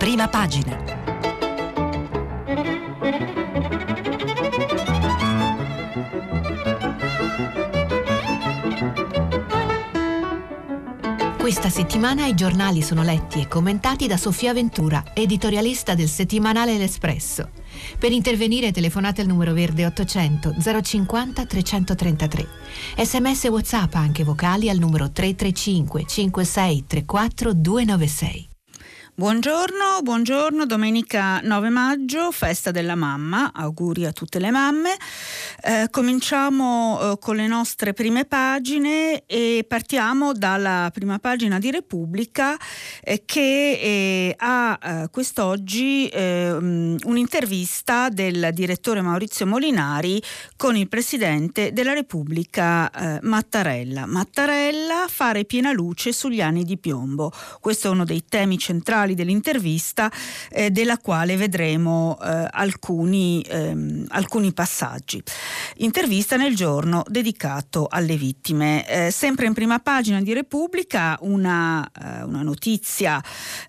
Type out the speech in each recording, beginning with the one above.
Prima pagina. Questa settimana i giornali sono letti e commentati da Sofia Ventura, editorialista del settimanale L'Espresso. Per intervenire telefonate al numero verde 800 050 333. SMS e WhatsApp anche vocali al numero 335 56 34 296. Buongiorno, domenica 9 maggio, festa della mamma, auguri a tutte le mamme. Cominciamo con le nostre prime pagine e partiamo dalla prima pagina di Repubblica che ha quest'oggi un'intervista del direttore Maurizio Molinari con il Presidente della Repubblica Mattarella. Mattarella, fare piena luce sugli anni di piombo. Questo è uno dei temi centrali dell'intervista, della quale vedremo alcuni passaggi. Intervista nel giorno dedicato alle vittime. Sempre in prima pagina di Repubblica una notizia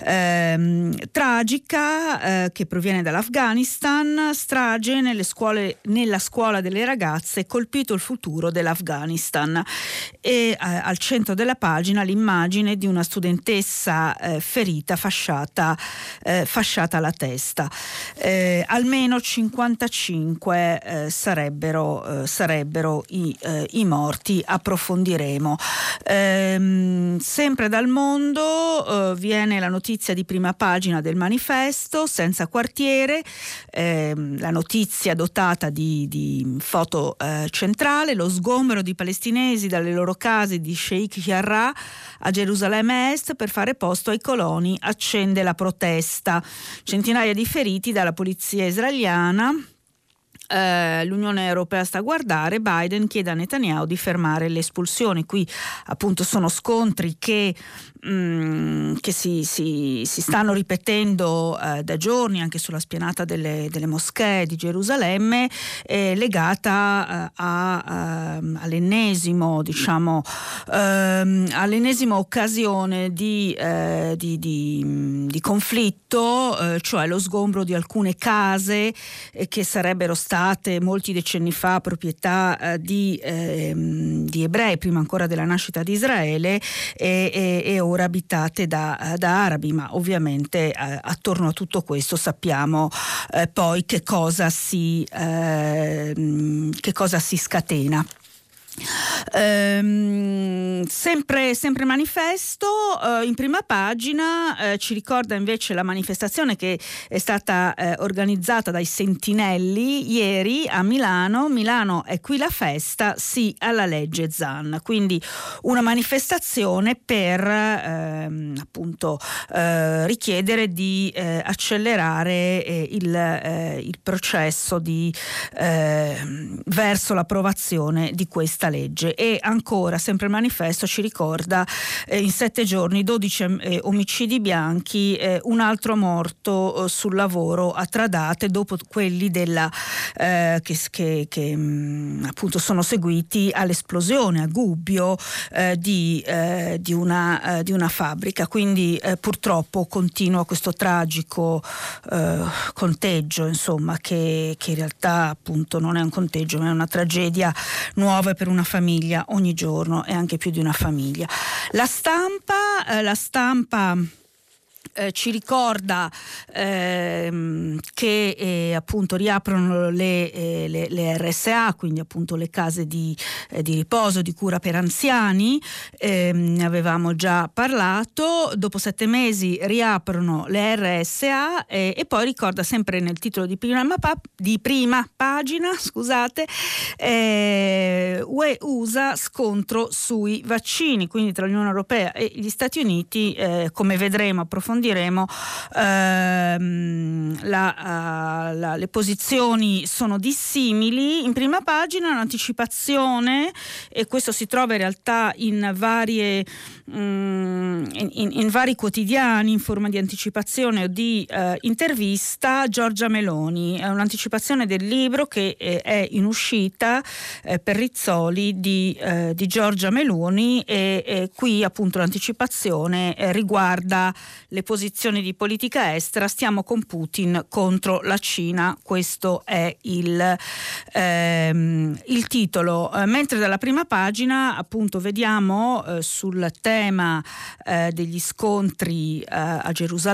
tragica che proviene dall'Afghanistan. Strage nella scuola delle ragazze, colpito il futuro dell'Afghanistan. E al centro della pagina l'immagine di una studentessa ferita, fasciata alla testa. Almeno 55 sarebbero i morti. Approfondiremo. Sempre dal mondo viene la notizia di prima pagina del Manifesto, senza quartiere, la notizia dotata di foto centrale, lo sgombero di palestinesi dalle loro case di Sheikh Jarrah a Gerusalemme Est per fare posto ai coloni. Accende la protesta, centinaia di feriti dalla polizia israeliana. L'Unione Europea sta a guardare, Biden chiede a Netanyahu di fermare le espulsioni. Qui appunto sono scontri che si stanno ripetendo da giorni anche sulla spianata delle moschee di Gerusalemme, legata all'ennesima occasione di conflitto, cioè lo sgombro di alcune case che sarebbero state molti decenni fa proprietà di ebrei, prima ancora della nascita di Israele, e ora abitate da arabi, ma ovviamente attorno a tutto questo sappiamo poi che cosa si scatena. Sempre Manifesto in prima pagina ci ricorda invece la manifestazione che è stata organizzata dai Sentinelli ieri a Milano. Milano è qui la festa, sì alla legge Zan, quindi una manifestazione per richiedere di accelerare il processo verso l'approvazione di questa legge. E ancora sempre il Manifesto ci ricorda in 7 giorni 12 omicidi bianchi, un altro morto sul lavoro a Tradate dopo quelli che appunto sono seguiti all'esplosione a Gubbio di una fabbrica. Quindi purtroppo continua questo tragico conteggio, insomma, che in realtà appunto non è un conteggio ma è una tragedia nuova per una famiglia ogni giorno, e anche più di una famiglia. La stampa ci ricorda che appunto riaprono le RSA, quindi appunto le case di riposo, di cura per anziani. Ne avevamo già parlato. Dopo 7 mesi riaprono le RSA e poi ricorda sempre nel titolo di prima pagina, UE-USA scontro sui vaccini, quindi tra l'Unione Europea e gli Stati Uniti, come vedremo, approfondiremo, le posizioni sono dissimili. In prima pagina un'anticipazione, e questo si trova in realtà in vari quotidiani in forma di anticipazione o di intervista. Giorgia Meloni, è un'anticipazione del libro che è in uscita per Rizzoli di Giorgia Meloni, e qui appunto l'anticipazione riguarda le posizioni di politica estera, stiamo con Putin contro la Cina, questo è il titolo, mentre dalla prima pagina appunto vediamo sul tema degli scontri a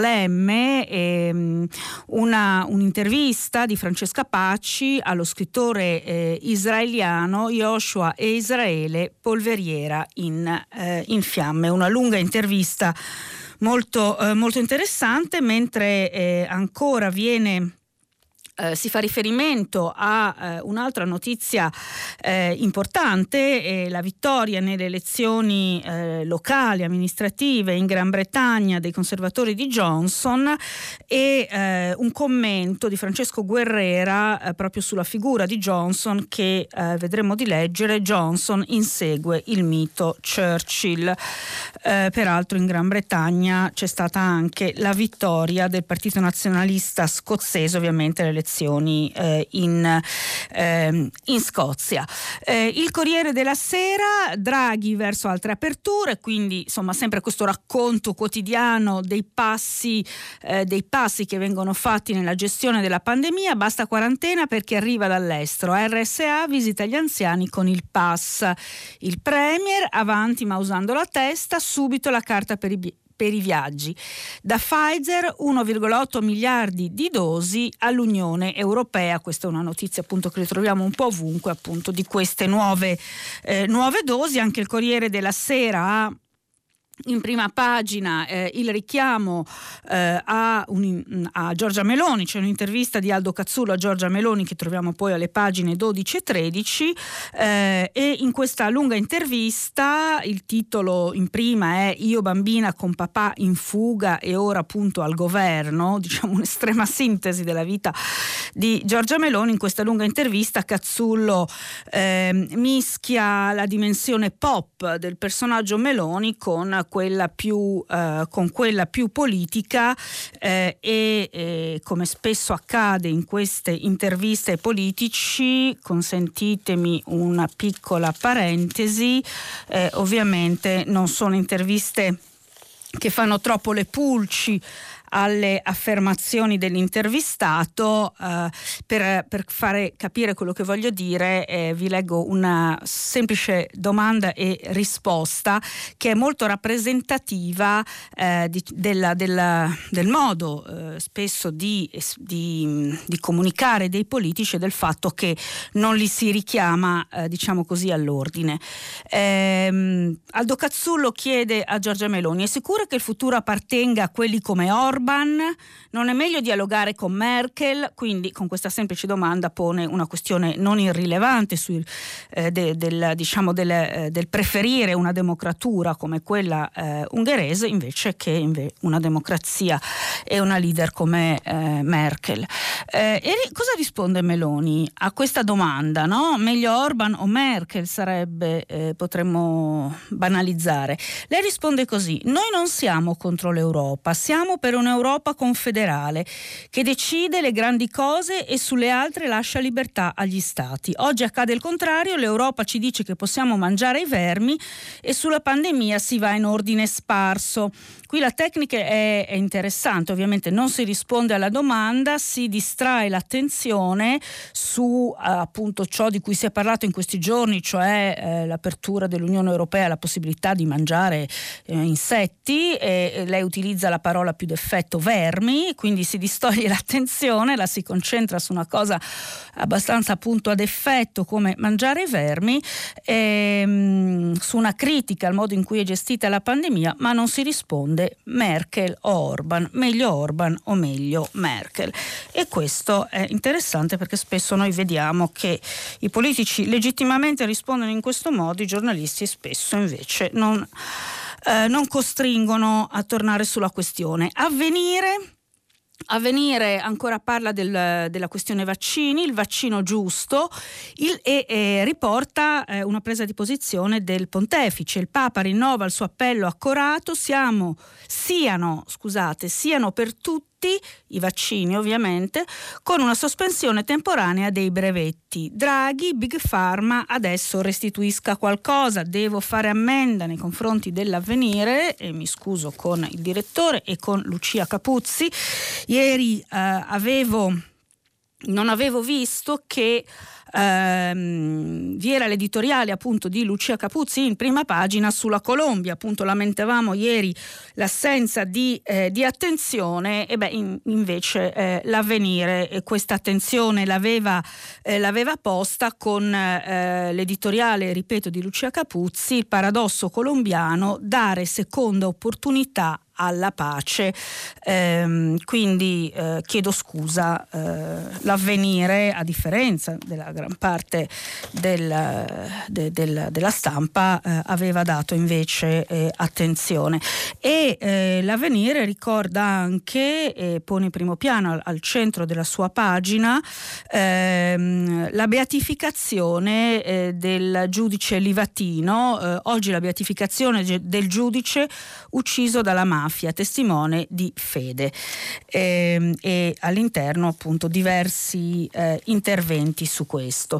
Gerusalemme un'intervista di Francesca Pacci allo scrittore israeliano Yoshua e Israele, polveriera in fiamme, una lunga intervista molto interessante, mentre ancora si fa riferimento a un'altra notizia importante, la vittoria nelle elezioni locali amministrative in Gran Bretagna dei conservatori di Johnson, e un commento di Francesco Guerrera proprio sulla figura di Johnson che vedremo di leggere. Johnson insegue il mito Churchill. Peraltro in Gran Bretagna c'è stata anche la vittoria del Partito Nazionalista scozzese, ovviamente le elezioni in Scozia. Il Corriere della Sera, Draghi verso altre aperture, quindi insomma sempre questo racconto quotidiano dei passi che vengono fatti nella gestione della pandemia. Basta quarantena per chi arriva dall'estero, RSA visita gli anziani con il pass, il Premier avanti ma usando la testa, subito la carta per i viaggi. Da Pfizer 1,8 miliardi di dosi all'Unione Europea. Questa è una notizia appunto che ritroviamo un po' ovunque, appunto, di queste nuove dosi. Anche il Corriere della Sera ha in prima pagina il richiamo a Giorgia Meloni. C'è un'intervista di Aldo Cazzullo a Giorgia Meloni che troviamo poi alle pagine 12 e 13, e in questa lunga intervista il titolo in prima è "Io bambina con papà in fuga e ora appunto al governo", diciamo un'estrema sintesi della vita di Giorgia Meloni. In questa lunga intervista Cazzullo mischia la dimensione pop del personaggio Meloni con quella più politica, e come spesso accade in queste interviste ai politici, consentitemi una piccola parentesi, ovviamente non sono interviste che fanno troppo le pulci alle affermazioni dell'intervistato. Per fare capire quello che voglio dire, vi leggo una semplice domanda e risposta che è molto rappresentativa del modo spesso di comunicare dei politici e del fatto che non li si richiama diciamo così all'ordine. Aldo Cazzullo chiede a Giorgia Meloni: è sicura che il futuro appartenga a quelli come Orban? Non è meglio dialogare con Merkel? Quindi con questa semplice domanda pone una questione non irrilevante del preferire una democratura come quella ungherese invece che una democrazia e una leader come Merkel. Cosa risponde Meloni a questa domanda, no? Meglio Orban o Merkel sarebbe, potremmo banalizzare. Lei risponde così: noi non siamo contro l'Europa, siamo per un'Europa confederale che decide le grandi cose e sulle altre lascia libertà agli stati. Oggi accade il contrario, l'Europa ci dice che possiamo mangiare i vermi e sulla pandemia si va in ordine sparso. Qui la tecnica è interessante, ovviamente non si risponde alla domanda, si distrae l'attenzione su appunto ciò di cui si è parlato in questi giorni, cioè l'apertura dell'Unione Europea, la possibilità di mangiare insetti, e lei utilizza la parola più d'effetto vermi, quindi si distoglie l'attenzione, la si concentra su una cosa abbastanza appunto ad effetto come mangiare i vermi, su una critica al modo in cui è gestita la pandemia, ma non si risponde Merkel o Orban, meglio Orban o meglio Merkel. E questo è interessante perché spesso noi vediamo che i politici legittimamente rispondono in questo modo, i giornalisti spesso invece non costringono a tornare sulla questione. Avvenire ancora parla della questione vaccini, il vaccino giusto, e riporta una presa di posizione del pontefice. Il Papa rinnova il suo appello accorato: siano per tutti i vaccini ovviamente, con una sospensione temporanea dei brevetti. Draghi, Big Pharma adesso restituisca qualcosa, devo fare ammenda nei confronti dell'Avvenire, e mi scuso con il direttore e con Lucia Capuzzi. Ieri non avevo visto che vi era l'editoriale appunto di Lucia Capuzzi in prima pagina sulla Colombia. Appunto lamentavamo ieri l'assenza di attenzione, e invece l'Avvenire questa attenzione l'aveva posta con l'editoriale, ripeto, di Lucia Capuzzi, il paradosso colombiano, dare seconda opportunità alla pace. Quindi chiedo scusa, l'Avvenire, a differenza della gran parte della stampa, aveva dato invece attenzione. E l'Avvenire ricorda anche, pone in primo piano al centro della sua pagina, la beatificazione del giudice Livatino. Oggi la beatificazione del giudice ucciso dalla mafia, testimone di fede, e all'interno appunto diversi interventi su questo.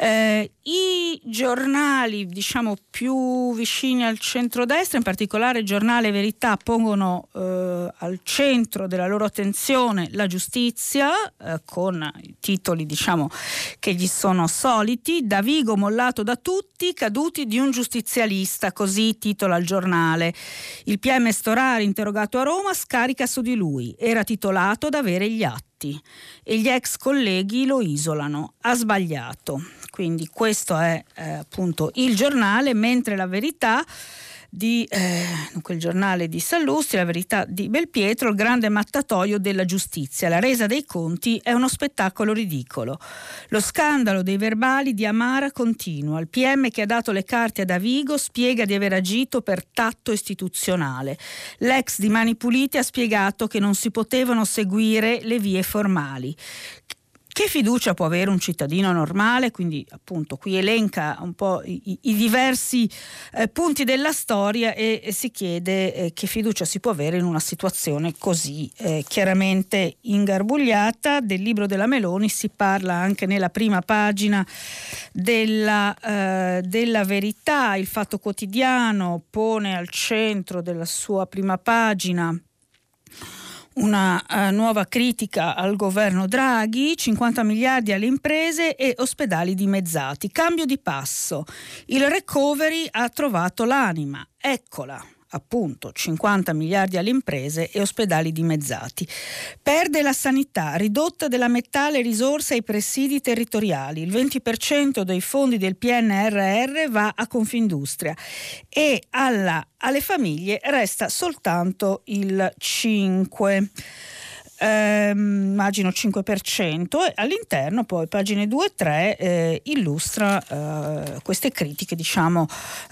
I giornali, diciamo, più vicini al centrodestra, in particolare il giornale Verità, pongono al centro della loro attenzione la giustizia, con i titoli, diciamo, che gli sono soliti. Davigo mollato da tutti, caduti di un giustizialista, così titola il giornale. Il PM Storari, interrogato a Roma, scarica su di lui. Era titolato ad avere gli atti e gli ex colleghi lo isolano. Ha sbagliato. Quindi questo è appunto il giornale, mentre la Verità di quel giornale di Sallusti, la Verità di Belpietro, il grande mattatoio della giustizia. La resa dei conti è uno spettacolo ridicolo. Lo scandalo dei verbali di Amara continua. Il PM che ha dato le carte a Davigo spiega di aver agito per tatto istituzionale. L'ex di Mani Pulite ha spiegato che non si potevano seguire le vie formali. Che fiducia può avere un cittadino normale? Quindi appunto qui elenca un po' i diversi punti della storia e si chiede che fiducia si può avere in una situazione così chiaramente ingarbugliata. Del libro della Meloni si parla anche nella prima pagina della Verità. Il Fatto Quotidiano pone al centro della sua prima pagina una nuova critica al governo Draghi: 50 miliardi alle imprese e ospedali dimezzati. Cambio di passo. Il recovery ha trovato l'anima. Eccola. Appunto 50 miliardi alle imprese e ospedali dimezzati. Perde la sanità, ridotta della metà le risorse ai presidi territoriali. Il 20% dei fondi del PNRR va a Confindustria e alle famiglie resta soltanto il 5%. Immagino 5%, e all'interno poi pagine 2 e 3 illustra queste critiche, diciamo,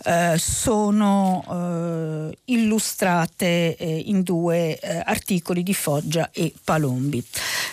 sono illustrate in due articoli di Foggia e Palombi.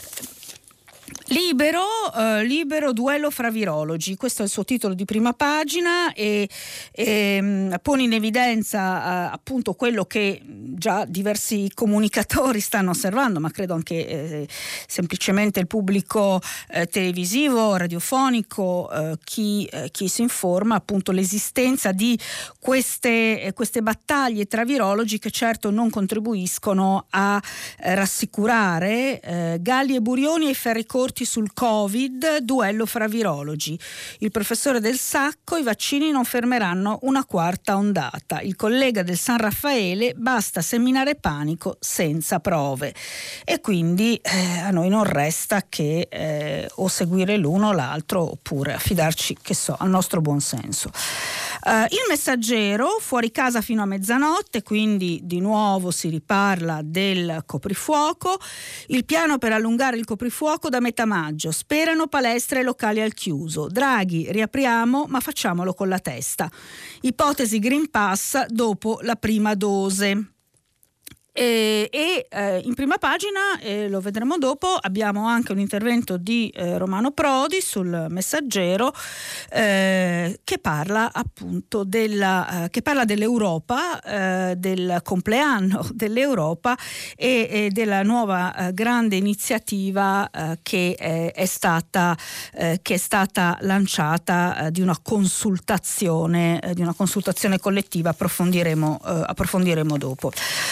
Libero duello fra virologi, questo è il suo titolo di prima pagina e pone in evidenza appunto quello che già diversi comunicatori stanno osservando, ma credo anche semplicemente il pubblico televisivo, radiofonico, chi si informa, appunto l'esistenza di queste battaglie tra virologi che certo non contribuiscono a rassicurare. Galli e Burioni ai ferri corti sul Covid, duello fra virologi. Il professore Del Sacco: i vaccini non fermeranno una quarta ondata. Il collega del San Raffaele: basta seminare panico senza prove. E quindi a noi non resta che o seguire l'uno o l'altro, oppure affidarci, che so, al nostro buon senso. Il Messaggero: fuori casa fino a mezzanotte, quindi di nuovo si riparla del coprifuoco. Il piano per allungare il coprifuoco da metà maggio, sperano palestre e locali al chiuso. Draghi: riapriamo ma facciamolo con la testa. Ipotesi Green Pass dopo la prima dose. In prima pagina, lo vedremo dopo, abbiamo anche un intervento di Romano Prodi sul Messaggero, che parla appunto che parla dell'Europa, del compleanno dell'Europa e della nuova grande iniziativa che è stata lanciata, di una consultazione collettiva. Approfondiremo dopo.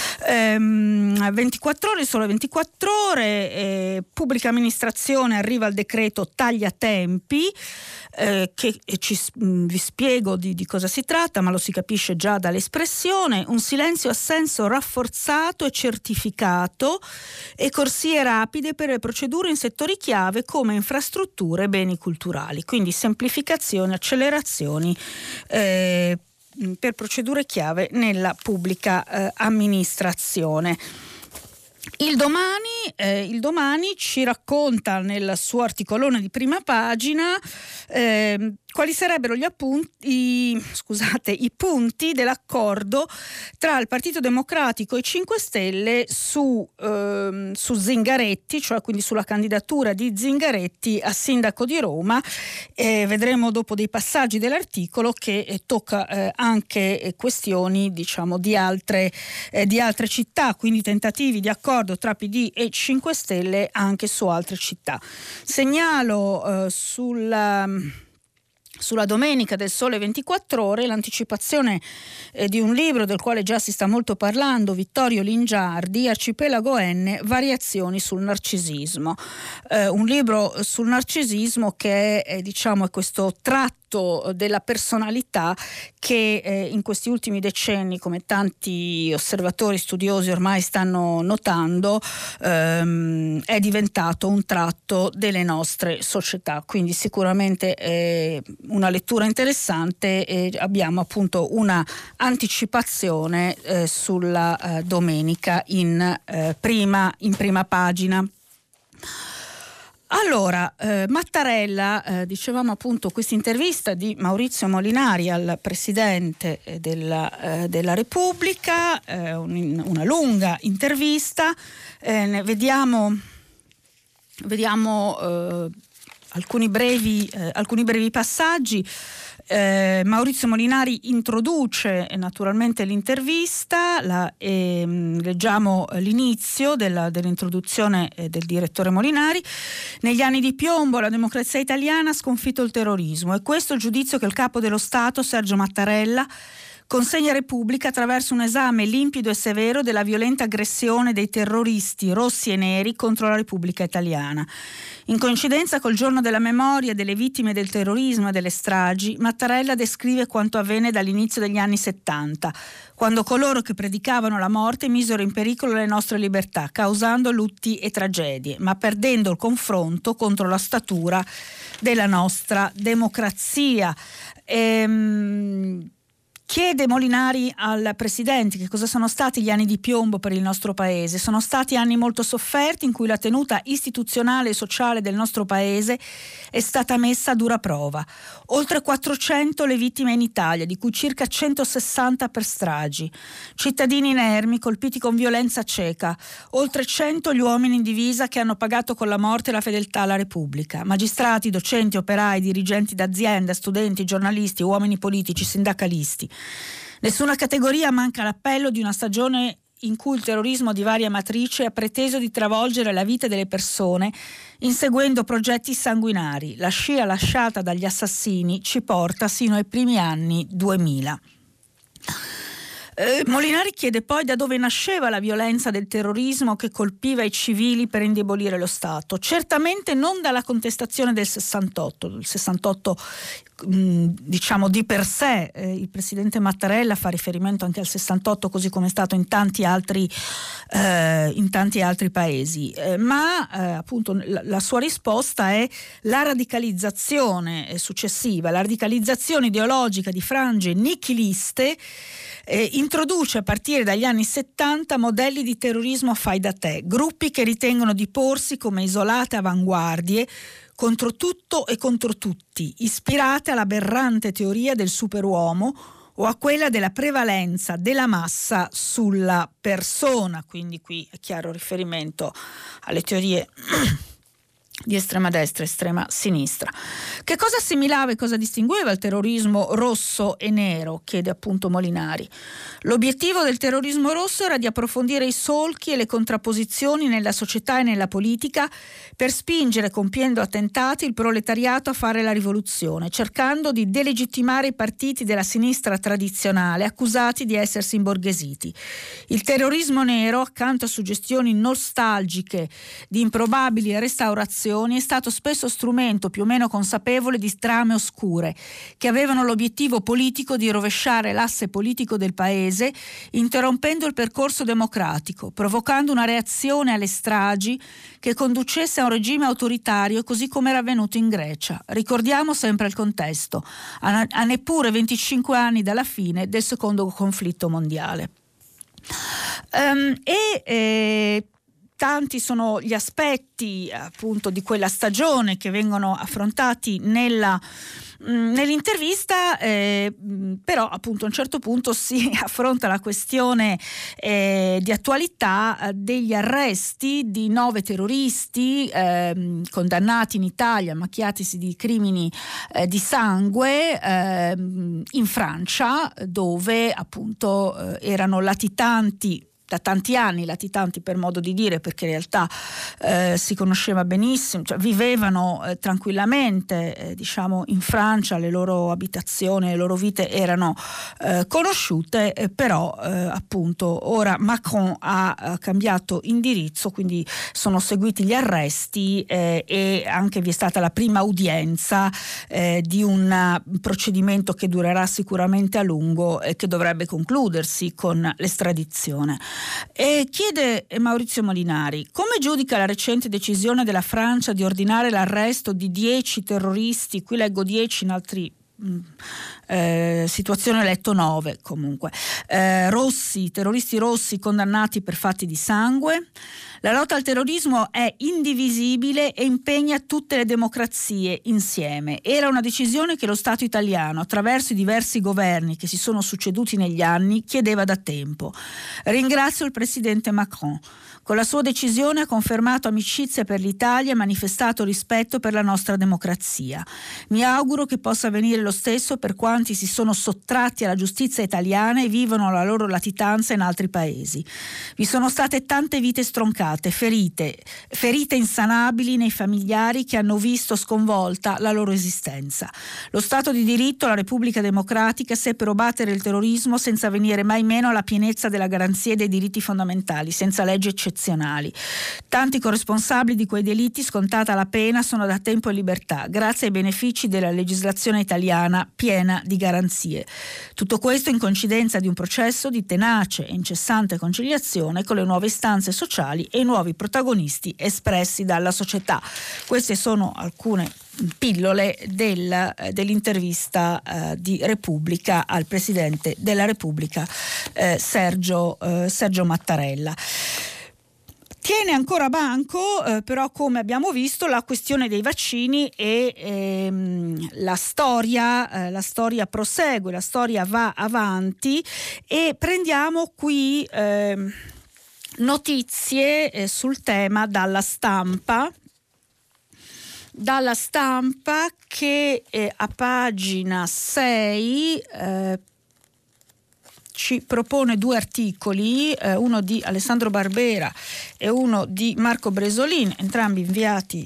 24 ore, solo 24 ore, pubblica amministrazione, arriva il decreto tagliatempi, che vi spiego di cosa si tratta, ma lo si capisce già dall'espressione: un silenzio assenso rafforzato e certificato e corsie rapide per le procedure in settori chiave come infrastrutture e beni culturali, quindi semplificazione, accelerazioni per procedure chiave nella pubblica amministrazione. Il Domani ci racconta nel suo articolone di prima pagina quali sarebbero i punti dell'accordo tra il Partito Democratico e 5 Stelle su Zingaretti, cioè quindi sulla candidatura di Zingaretti a sindaco di Roma. Vedremo dopo dei passaggi dell'articolo che tocca anche questioni, diciamo, di altre città, quindi tentativi di accordo tra PD e 5 Stelle anche su altre città. Segnalo sulla domenica del Sole 24 Ore l'anticipazione di un libro del quale già si sta molto parlando, Vittorio Lingiardi, Arcipelago N, Variazioni sul narcisismo. Un libro sul narcisismo che è questo tratto della personalità che in questi ultimi decenni, come tanti osservatori studiosi ormai stanno notando, è diventato un tratto delle nostre società. Quindi sicuramente una lettura interessante, e abbiamo appunto una anticipazione sulla domenica in prima pagina. Allora, Mattarella, dicevamo appunto questa intervista di Maurizio Molinari al Presidente della Repubblica, una lunga intervista, ne vediamo alcuni brevi passaggi. Maurizio Molinari introduce naturalmente l'intervista, leggiamo l'inizio dell'introduzione del direttore Molinari. Negli anni di piombo la democrazia italiana ha sconfitto il terrorismo, e questo è il giudizio che il capo dello Stato, Sergio Mattarella, consegna Repubblica attraverso un esame limpido e severo della violenta aggressione dei terroristi rossi e neri contro la Repubblica italiana. In coincidenza col giorno della memoria delle vittime del terrorismo e delle stragi, Mattarella descrive quanto avvenne dall'inizio degli anni 70, quando coloro che predicavano la morte misero in pericolo le nostre libertà, causando lutti e tragedie, ma perdendo il confronto contro la statura della nostra democrazia. Chiede Molinari al Presidente che cosa sono stati gli anni di piombo per il nostro Paese. Sono stati anni molto sofferti in cui la tenuta istituzionale e sociale del nostro Paese è stata messa a dura prova. Oltre 400 le vittime in Italia, di cui circa 160 per stragi. Cittadini inermi colpiti con violenza cieca. Oltre 100 gli uomini in divisa che hanno pagato con la morte la fedeltà alla Repubblica. Magistrati, docenti, operai, dirigenti d'azienda, studenti, giornalisti, uomini politici, sindacalisti. Nessuna categoria manca l'appello di una stagione in cui il terrorismo di varia matrice ha preteso di travolgere la vita delle persone inseguendo progetti sanguinari. La scia lasciata dagli assassini ci porta sino ai primi anni 2000. Molinari chiede poi da dove nasceva la violenza del terrorismo che colpiva i civili per indebolire lo Stato. Certamente non dalla contestazione del 68. Il 68 diciamo di per sé, il presidente Mattarella fa riferimento anche al 68, così come è stato in tanti altri paesi, ma appunto la sua risposta è la radicalizzazione successiva, la radicalizzazione ideologica di frange nichiliste. Introduce a partire dagli anni 70 modelli di terrorismo fai da te, gruppi che ritengono di porsi come isolate avanguardie contro tutto e contro tutti, ispirate all'aberrante teoria del superuomo o a quella della prevalenza della massa sulla persona. Quindi qui è chiaro riferimento alle teorie di estrema destra e estrema sinistra. Che cosa assimilava e cosa distingueva il terrorismo rosso e nero? Chiede appunto Molinari. L'obiettivo del terrorismo rosso era di approfondire i solchi e le contrapposizioni nella società e nella politica per spingere, compiendo attentati, il proletariato a fare la rivoluzione, cercando di delegittimare i partiti della sinistra tradizionale accusati di essersi imborghesiti. Il terrorismo nero, accanto a suggestioni nostalgiche di improbabili restaurazioni, è stato spesso strumento più o meno consapevole di trame oscure che avevano l'obiettivo politico di rovesciare l'asse politico del paese, interrompendo il percorso democratico, provocando una reazione alle stragi che conducesse a un regime autoritario, così come era avvenuto in Grecia. Ricordiamo sempre il contesto, a neppure 25 anni dalla fine del secondo conflitto mondiale. Tanti sono gli aspetti appunto di quella stagione che vengono affrontati nell'intervista, però appunto a un certo punto si affronta la questione di attualità degli arresti di 9 terroristi condannati in Italia, macchiatisi di crimini di sangue in Francia, dove appunto erano latitanti da tanti anni, latitanti per modo di dire, perché in realtà si conosceva benissimo, cioè vivevano tranquillamente diciamo in Francia, le loro abitazioni, le loro vite erano conosciute, però appunto ora Macron ha cambiato indirizzo, quindi sono seguiti gli arresti e anche vi è stata la prima udienza di un procedimento che durerà sicuramente a lungo e che dovrebbe concludersi con l'estradizione. E chiede Maurizio Molinari: come giudica la recente decisione della Francia di ordinare l'arresto di 10 terroristi, qui leggo 10, in altri situazione letto 9 comunque, terroristi rossi condannati per fatti di sangue? La lotta al terrorismo è indivisibile e impegna tutte le democrazie insieme. Era una decisione che lo Stato italiano, attraverso i diversi governi che si sono succeduti negli anni, chiedeva da tempo. Ringrazio il presidente Macron. Con la sua decisione ha confermato amicizia per l'Italia e manifestato rispetto per la nostra democrazia. Mi auguro che possa avvenire lo stesso per quanti si sono sottratti alla giustizia italiana e vivono la loro latitanza in altri paesi. Vi sono state tante vite stroncate, ferite insanabili nei familiari che hanno visto sconvolta la loro esistenza. Lo Stato di diritto, la Repubblica Democratica seppero battere il terrorismo senza venire mai meno alla pienezza della garanzia dei diritti fondamentali, senza leggi eccezionali. Tanti corresponsabili di quei delitti, scontata la pena, sono da tempo in libertà, grazie ai benefici della legislazione italiana piena di garanzie. Tutto questo in coincidenza di un processo di tenace e incessante conciliazione con le nuove istanze sociali e i nuovi protagonisti espressi dalla società. Queste sono alcune pillole dell'intervista di Repubblica al Presidente della Repubblica Sergio Mattarella. Tiene ancora banco però, come abbiamo visto, la questione dei vaccini e la storia prosegue, la storia va avanti e prendiamo qui notizie sul tema dalla stampa che a pagina 6 ci propone 2 articoli, uno di Alessandro Barbera e uno di Marco Bresolin, entrambi inviati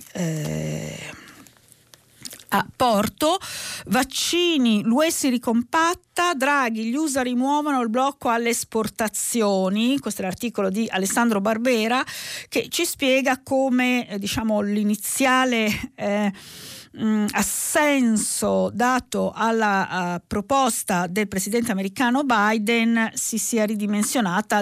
a Porto. Vaccini, l'UE si ricompatta, Draghi, gli USA rimuovono il blocco alle esportazioni. Questo è l'articolo di Alessandro Barbera che ci spiega come l'iniziale assenso dato alla proposta del presidente americano Biden si sia ridimensionata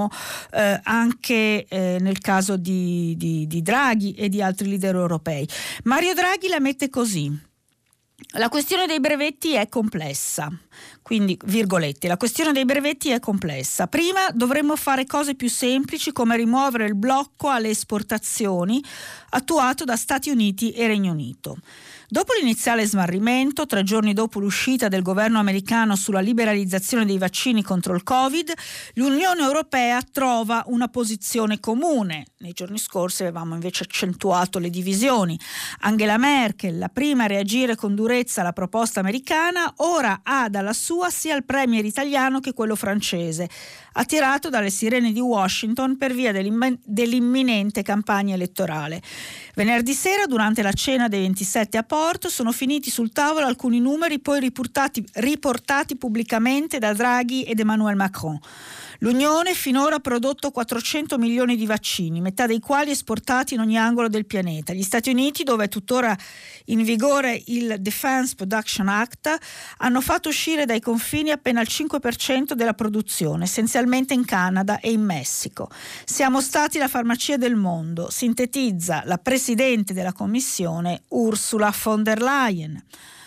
anche nel caso di Draghi e di altri leader europei. Mario Draghi la mette così: la questione dei brevetti è complessa. Quindi, virgolette, la questione dei brevetti è complessa. Prima dovremmo fare cose più semplici come rimuovere il blocco alle esportazioni attuato da Stati Uniti e Regno Unito. Dopo l'iniziale smarrimento, 3 giorni dopo l'uscita del governo americano sulla liberalizzazione dei vaccini contro il Covid, l'Unione Europea trova una posizione comune. Nei giorni scorsi avevamo invece accentuato le divisioni. Angela Merkel, la prima a reagire con durezza alla proposta americana, ora ha dalla sua sia il premier italiano che quello francese, attirato dalle sirene di Washington per via dell'imminente campagna elettorale. Venerdì sera, durante la cena dei 27 a Porto, sono finiti sul tavolo alcuni numeri poi riportati pubblicamente da Draghi ed Emmanuel Macron. L'Unione finora ha prodotto 400 milioni di vaccini, metà dei quali esportati in ogni angolo del pianeta. Gli Stati Uniti, dove è tuttora in vigore il Defense Production Act, hanno fatto uscire dai confini appena il 5% della produzione, essenzialmente in Canada e in Messico. Siamo stati la farmacia del mondo, sintetizza la Presidente della Commissione Ursula von der Leyen.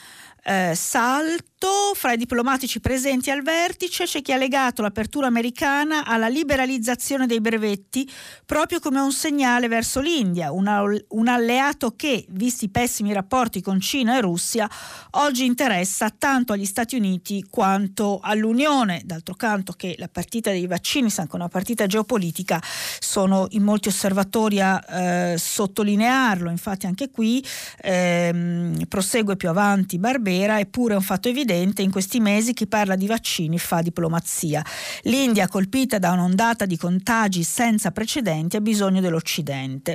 Salto fra i diplomatici presenti al vertice c'è chi ha legato l'apertura americana alla liberalizzazione dei brevetti proprio come un segnale verso l'India, un alleato che, visti i pessimi rapporti con Cina e Russia, oggi interessa tanto agli Stati Uniti quanto all'Unione. D'altro canto che la partita dei vaccini sia anche una partita geopolitica, sono in molti osservatori a sottolinearlo. Infatti anche qui prosegue più avanti Barbera, eppure è un fatto evidente: in questi mesi chi parla di vaccini fa diplomazia. L'India, colpita da un'ondata di contagi senza precedenti, ha bisogno dell'Occidente.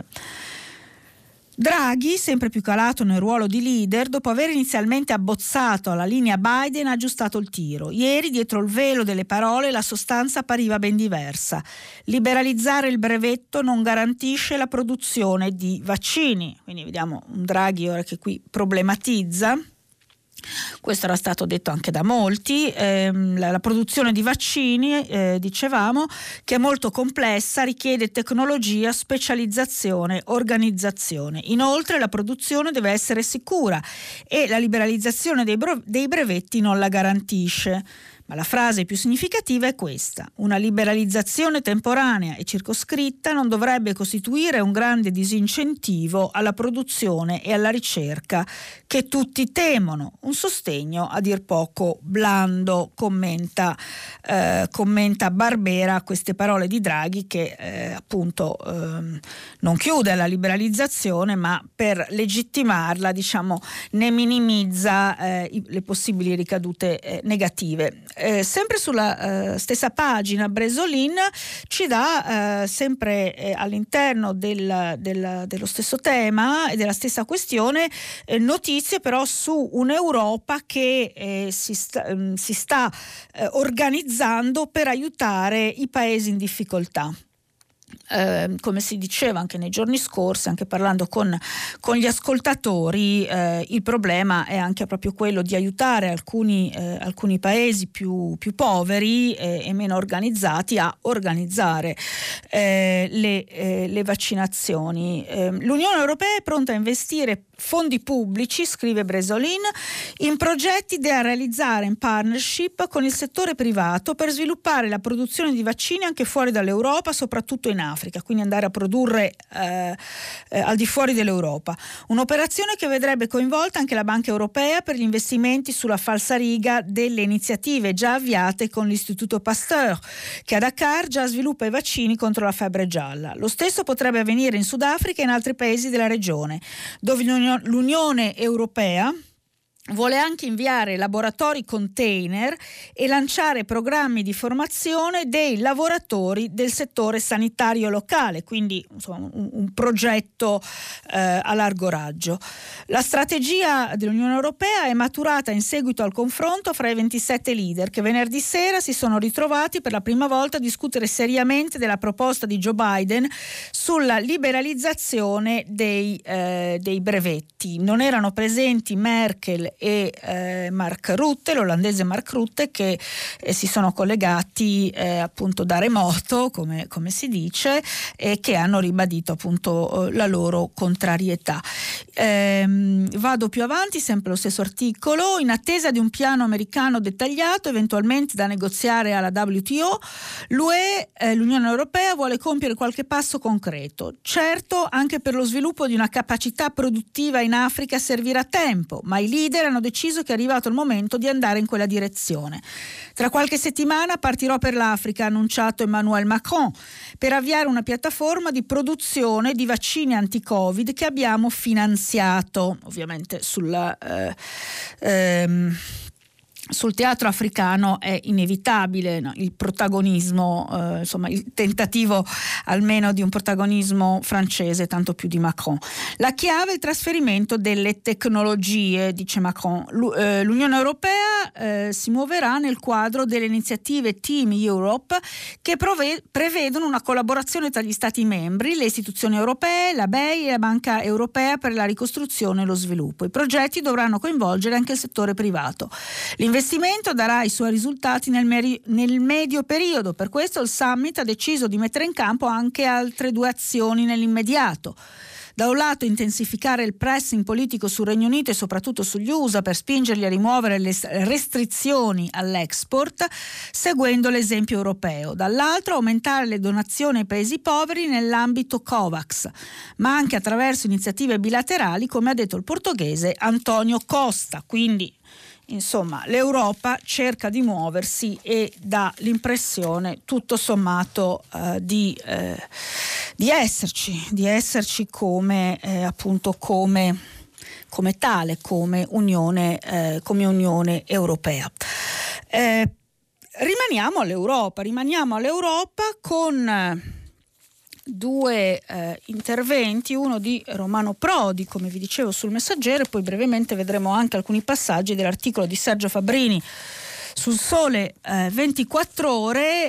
Draghi, sempre più calato nel ruolo di leader, dopo aver inizialmente abbozzato la linea Biden, ha aggiustato il tiro. Ieri, dietro il velo delle parole, la sostanza appariva ben diversa. Liberalizzare il brevetto non garantisce la produzione di vaccini. Quindi vediamo un Draghi ora che qui problematizza. Questo era stato detto anche da molti. La produzione di vaccini, dicevamo, che è molto complessa, richiede tecnologia, specializzazione, organizzazione. Inoltre la produzione deve essere sicura e la liberalizzazione dei brevetti non la garantisce. Ma la frase più significativa è questa: una liberalizzazione temporanea e circoscritta non dovrebbe costituire un grande disincentivo alla produzione e alla ricerca che tutti temono, un sostegno a dir poco blando, commenta Barbera a queste parole di Draghi, che appunto non chiude alla liberalizzazione, ma per legittimarla, diciamo, ne minimizza le possibili ricadute negative. Sempre sulla stessa pagina Bresolin ci dà sempre all'interno dello stesso tema e della stessa questione notizie però su un'Europa che si sta organizzando per aiutare i paesi in difficoltà. Come si diceva anche nei giorni scorsi, anche parlando con gli ascoltatori, il problema è anche proprio quello di aiutare alcuni paesi più poveri e meno organizzati a organizzare le vaccinazioni. L'Unione Europea è pronta a investire fondi pubblici, scrive Bresolin, in progetti da realizzare in partnership con il settore privato per sviluppare la produzione di vaccini anche fuori dall'Europa, soprattutto in Africa, quindi andare a produrre al di fuori dell'Europa. Un'operazione che vedrebbe coinvolta anche la Banca Europea per gli investimenti sulla falsariga delle iniziative già avviate con l'Istituto Pasteur, che a Dakar già sviluppa i vaccini contro la febbre gialla. Lo stesso potrebbe avvenire in Sudafrica e in altri paesi della regione, dove l'Unione Europea vuole anche inviare laboratori container e lanciare programmi di formazione dei lavoratori del settore sanitario locale, quindi insomma un progetto a largo raggio. La strategia dell'Unione Europea è maturata in seguito al confronto fra i 27 leader che venerdì sera si sono ritrovati per la prima volta a discutere seriamente della proposta di Joe Biden sulla liberalizzazione dei brevetti. Non erano presenti Merkel e Mark Rutte, l'olandese Mark Rutte, che si sono collegati appunto da remoto, come si dice, e che hanno ribadito appunto la loro contrarietà. Vado più avanti, sempre lo stesso articolo. In attesa di un piano americano dettagliato, eventualmente da negoziare alla WTO, l'Unione Europea vuole compiere qualche passo concreto. Certo, anche per lo sviluppo di una capacità produttiva in Africa servirà tempo, ma i leader hanno deciso che è arrivato il momento di andare in quella direzione. Tra qualche settimana partirò per l'Africa, ha annunciato Emmanuel Macron, per avviare una piattaforma di produzione di vaccini anti-Covid che abbiamo finanziato, ovviamente sul teatro africano è inevitabile, no? Il protagonismo, insomma il tentativo almeno di un protagonismo francese, tanto più di Macron. La chiave è il trasferimento delle tecnologie, dice Macron. L'Unione Europea si muoverà nel quadro delle iniziative Team Europe che prevedono una collaborazione tra gli Stati membri, le istituzioni europee, la BEI e la Banca Europea per la ricostruzione e lo sviluppo. I progetti dovranno coinvolgere anche il settore privato. L'investimento darà i suoi risultati nel medio periodo, per questo il summit ha deciso di mettere in campo anche altre 2 azioni nell'immediato. Da un lato intensificare il pressing politico sul Regno Unito e soprattutto sugli USA per spingerli a rimuovere le restrizioni all'export, seguendo l'esempio europeo. Dall'altro aumentare le donazioni ai paesi poveri nell'ambito COVAX, ma anche attraverso iniziative bilaterali, come ha detto il portoghese António Costa. Quindi insomma l'Europa cerca di muoversi e dà l'impressione tutto sommato di esserci come appunto come tale, come Unione Europea. Rimaniamo all'Europa con 2 interventi, uno di Romano Prodi, come vi dicevo, sul Messaggero, e poi brevemente vedremo anche alcuni passaggi dell'articolo di Sergio Fabbrini sul Sole 24 Ore,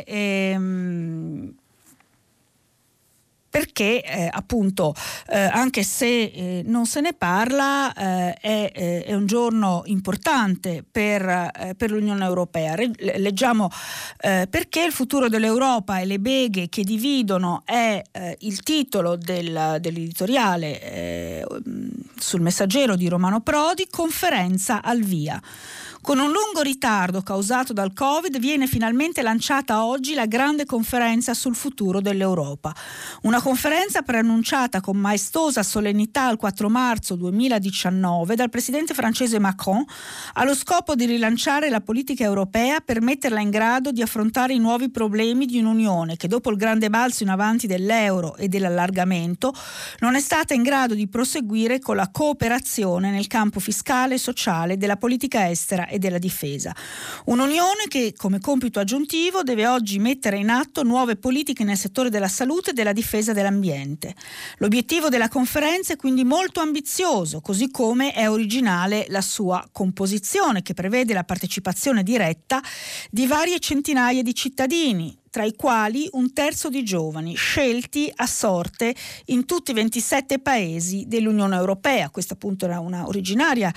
perché appunto anche se non se ne parla è un giorno importante per l'Unione Europea. Leggiamo perché il futuro dell'Europa e le beghe che dividono è il titolo dell'editoriale sul Messaggero di Romano Prodi. Conferenza al via. Con un lungo ritardo causato dal Covid viene finalmente lanciata oggi la grande conferenza sul futuro dell'Europa. Una conferenza preannunciata con maestosa solennità il 4 marzo 2019 dal presidente francese Macron, allo scopo di rilanciare la politica europea per metterla in grado di affrontare i nuovi problemi di un'Unione che, dopo il grande balzo in avanti dell'euro e dell'allargamento, non è stata in grado di proseguire con la cooperazione nel campo fiscale e sociale, della politica estera e della difesa. Un'Unione che, come compito aggiuntivo, deve oggi mettere in atto nuove politiche nel settore della salute e della difesa dell'ambiente. L'obiettivo della conferenza è quindi molto ambizioso, così come è originale la sua composizione, che prevede la partecipazione diretta di varie centinaia di cittadini, tra i quali 1/3 di giovani, scelti a sorte in tutti i 27 paesi dell'Unione Europea. Questa appunto era una originaria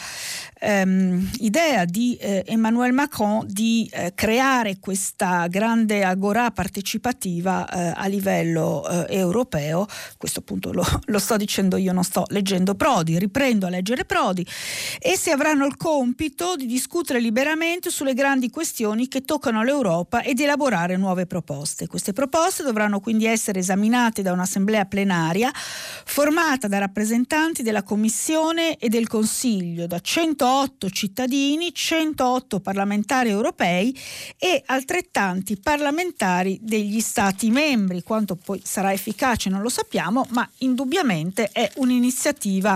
idea di Emmanuel Macron di creare questa grande agorà partecipativa a livello europeo. Questo appunto lo sto dicendo io, non sto leggendo Prodi, riprendo a leggere Prodi. Essi avranno il compito di discutere liberamente sulle grandi questioni che toccano l'Europa e di elaborare nuove proposte. Queste proposte dovranno quindi essere esaminate da un'assemblea plenaria formata da rappresentanti della Commissione e del Consiglio, da 108 cittadini, 108 parlamentari europei e altrettanti parlamentari degli Stati membri. Quanto poi sarà efficace non lo sappiamo, ma indubbiamente è un'iniziativa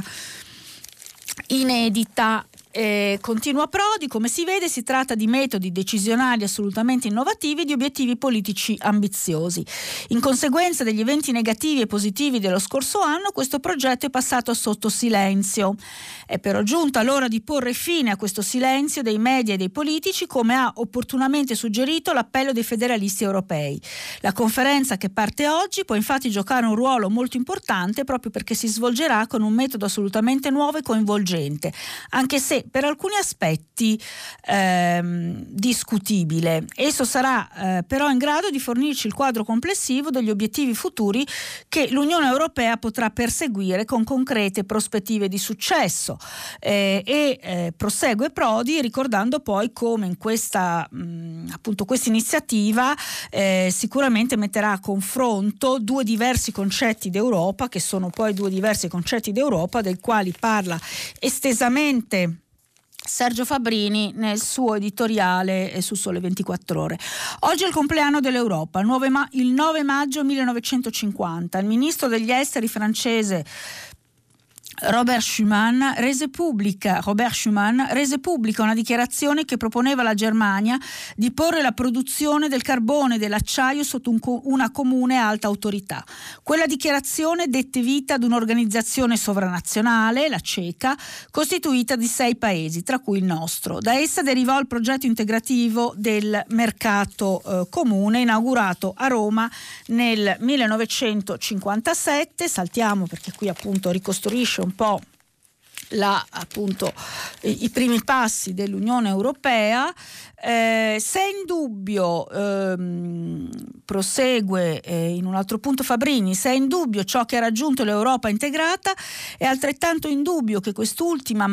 inedita. Continua Prodi, come si vede si tratta di metodi decisionali assolutamente innovativi e di obiettivi politici ambiziosi. In conseguenza degli eventi negativi e positivi dello scorso anno, questo progetto è passato sotto silenzio. È però giunta l'ora di porre fine a questo silenzio dei media e dei politici, come ha opportunamente suggerito l'appello dei federalisti europei. La conferenza che parte oggi può infatti giocare un ruolo molto importante proprio perché si svolgerà con un metodo assolutamente nuovo e coinvolgente, anche se per alcuni aspetti discutibile. Esso sarà però in grado di fornirci il quadro complessivo degli obiettivi futuri che l'Unione Europea potrà perseguire con concrete prospettive di successo. Prosegue Prodi ricordando poi come in questa iniziativa sicuramente metterà a confronto due diversi concetti d'Europa, che sono poi due diversi concetti d'Europa dei quali parla estesamente Sergio Fabbrini nel suo editoriale su Sole 24 Ore. Oggi è il compleanno dell'Europa, il 9 maggio 1950. Il ministro degli esteri francese Robert Schuman rese pubblica una dichiarazione che proponeva alla Germania di porre la produzione del carbone e dell'acciaio sotto una comune alta autorità. Quella dichiarazione dette vita ad un'organizzazione sovranazionale, la CECA, costituita di 6 paesi, tra cui il nostro. Da essa derivò il progetto integrativo del mercato comune, inaugurato a Roma nel 1957. Saltiamo perché qui appunto ricostruisce un po' i primi passi dell'Unione Europea. Se in dubbio, prosegue in un altro punto Fabbrini, se è in dubbio ciò che ha raggiunto l'Europa integrata, è altrettanto in dubbio che quest'ultima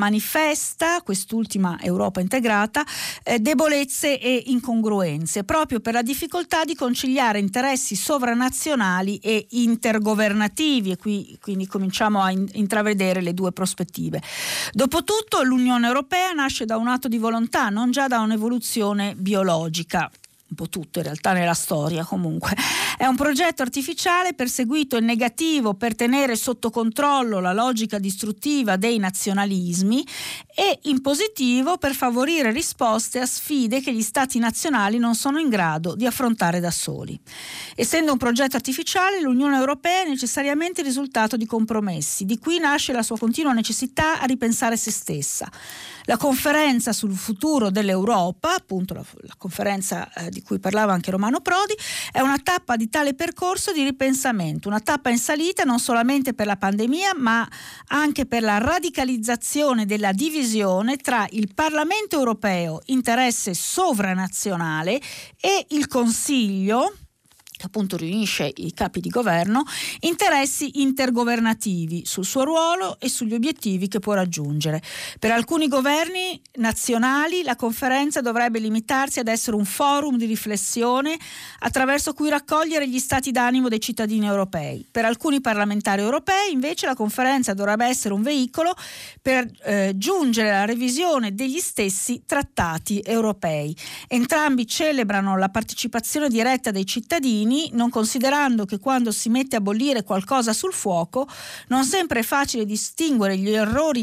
Europa integrata, debolezze e incongruenze, proprio per la difficoltà di conciliare interessi sovranazionali e intergovernativi, e quindi cominciamo a intravedere le due prospettive. Dopotutto l'Unione Europea nasce da un atto di volontà, non già da un'evoluzione biologica. Un po' tutto in realtà nella storia, comunque. È un progetto artificiale perseguito in negativo per tenere sotto controllo la logica distruttiva dei nazionalismi e in positivo per favorire risposte a sfide che gli stati nazionali non sono in grado di affrontare da soli. Essendo un progetto artificiale, l'Unione Europea è necessariamente il risultato di compromessi. Di qui nasce la sua continua necessità a ripensare se stessa. La conferenza sul futuro dell'Europa, appunto la conferenza di cui parlava anche Romano Prodi, è una tappa di tale percorso di ripensamento, una tappa in salita non solamente per la pandemia, ma anche per la radicalizzazione della divisione tra il Parlamento europeo, interesse sovranazionale, e il Consiglio, che appunto riunisce i capi di governo, interessi intergovernativi sul suo ruolo e sugli obiettivi che può raggiungere. Per alcuni governi nazionali la conferenza dovrebbe limitarsi ad essere un forum di riflessione attraverso cui raccogliere gli stati d'animo dei cittadini europei. Per alcuni parlamentari europei invece la conferenza dovrebbe essere un veicolo per giungere alla revisione degli stessi trattati europei. Entrambi celebrano la partecipazione diretta dei cittadini, non considerando che quando si mette a bollire qualcosa sul fuoco non sempre è facile distinguere gli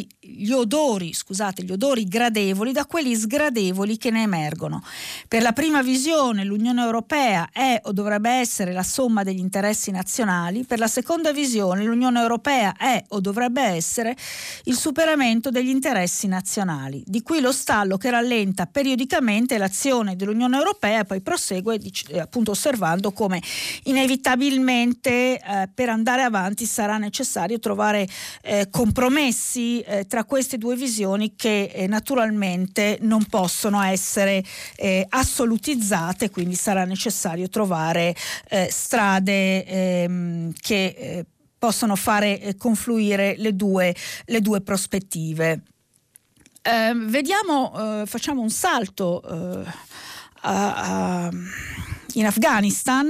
odori gradevoli da quelli sgradevoli che ne emergono. Per la prima visione l'Unione Europea è o dovrebbe essere la somma degli interessi nazionali, per la seconda visione l'Unione Europea è o dovrebbe essere il superamento degli interessi nazionali. Di qui lo stallo che rallenta periodicamente l'azione dell'Unione Europea, e poi prosegue appunto osservando come inevitabilmente per andare avanti sarà necessario trovare compromessi tra queste due visioni che naturalmente non possono essere assolutizzate, quindi sarà necessario trovare strade che possono fare confluire le due prospettive. Facciamo un salto in Afghanistan,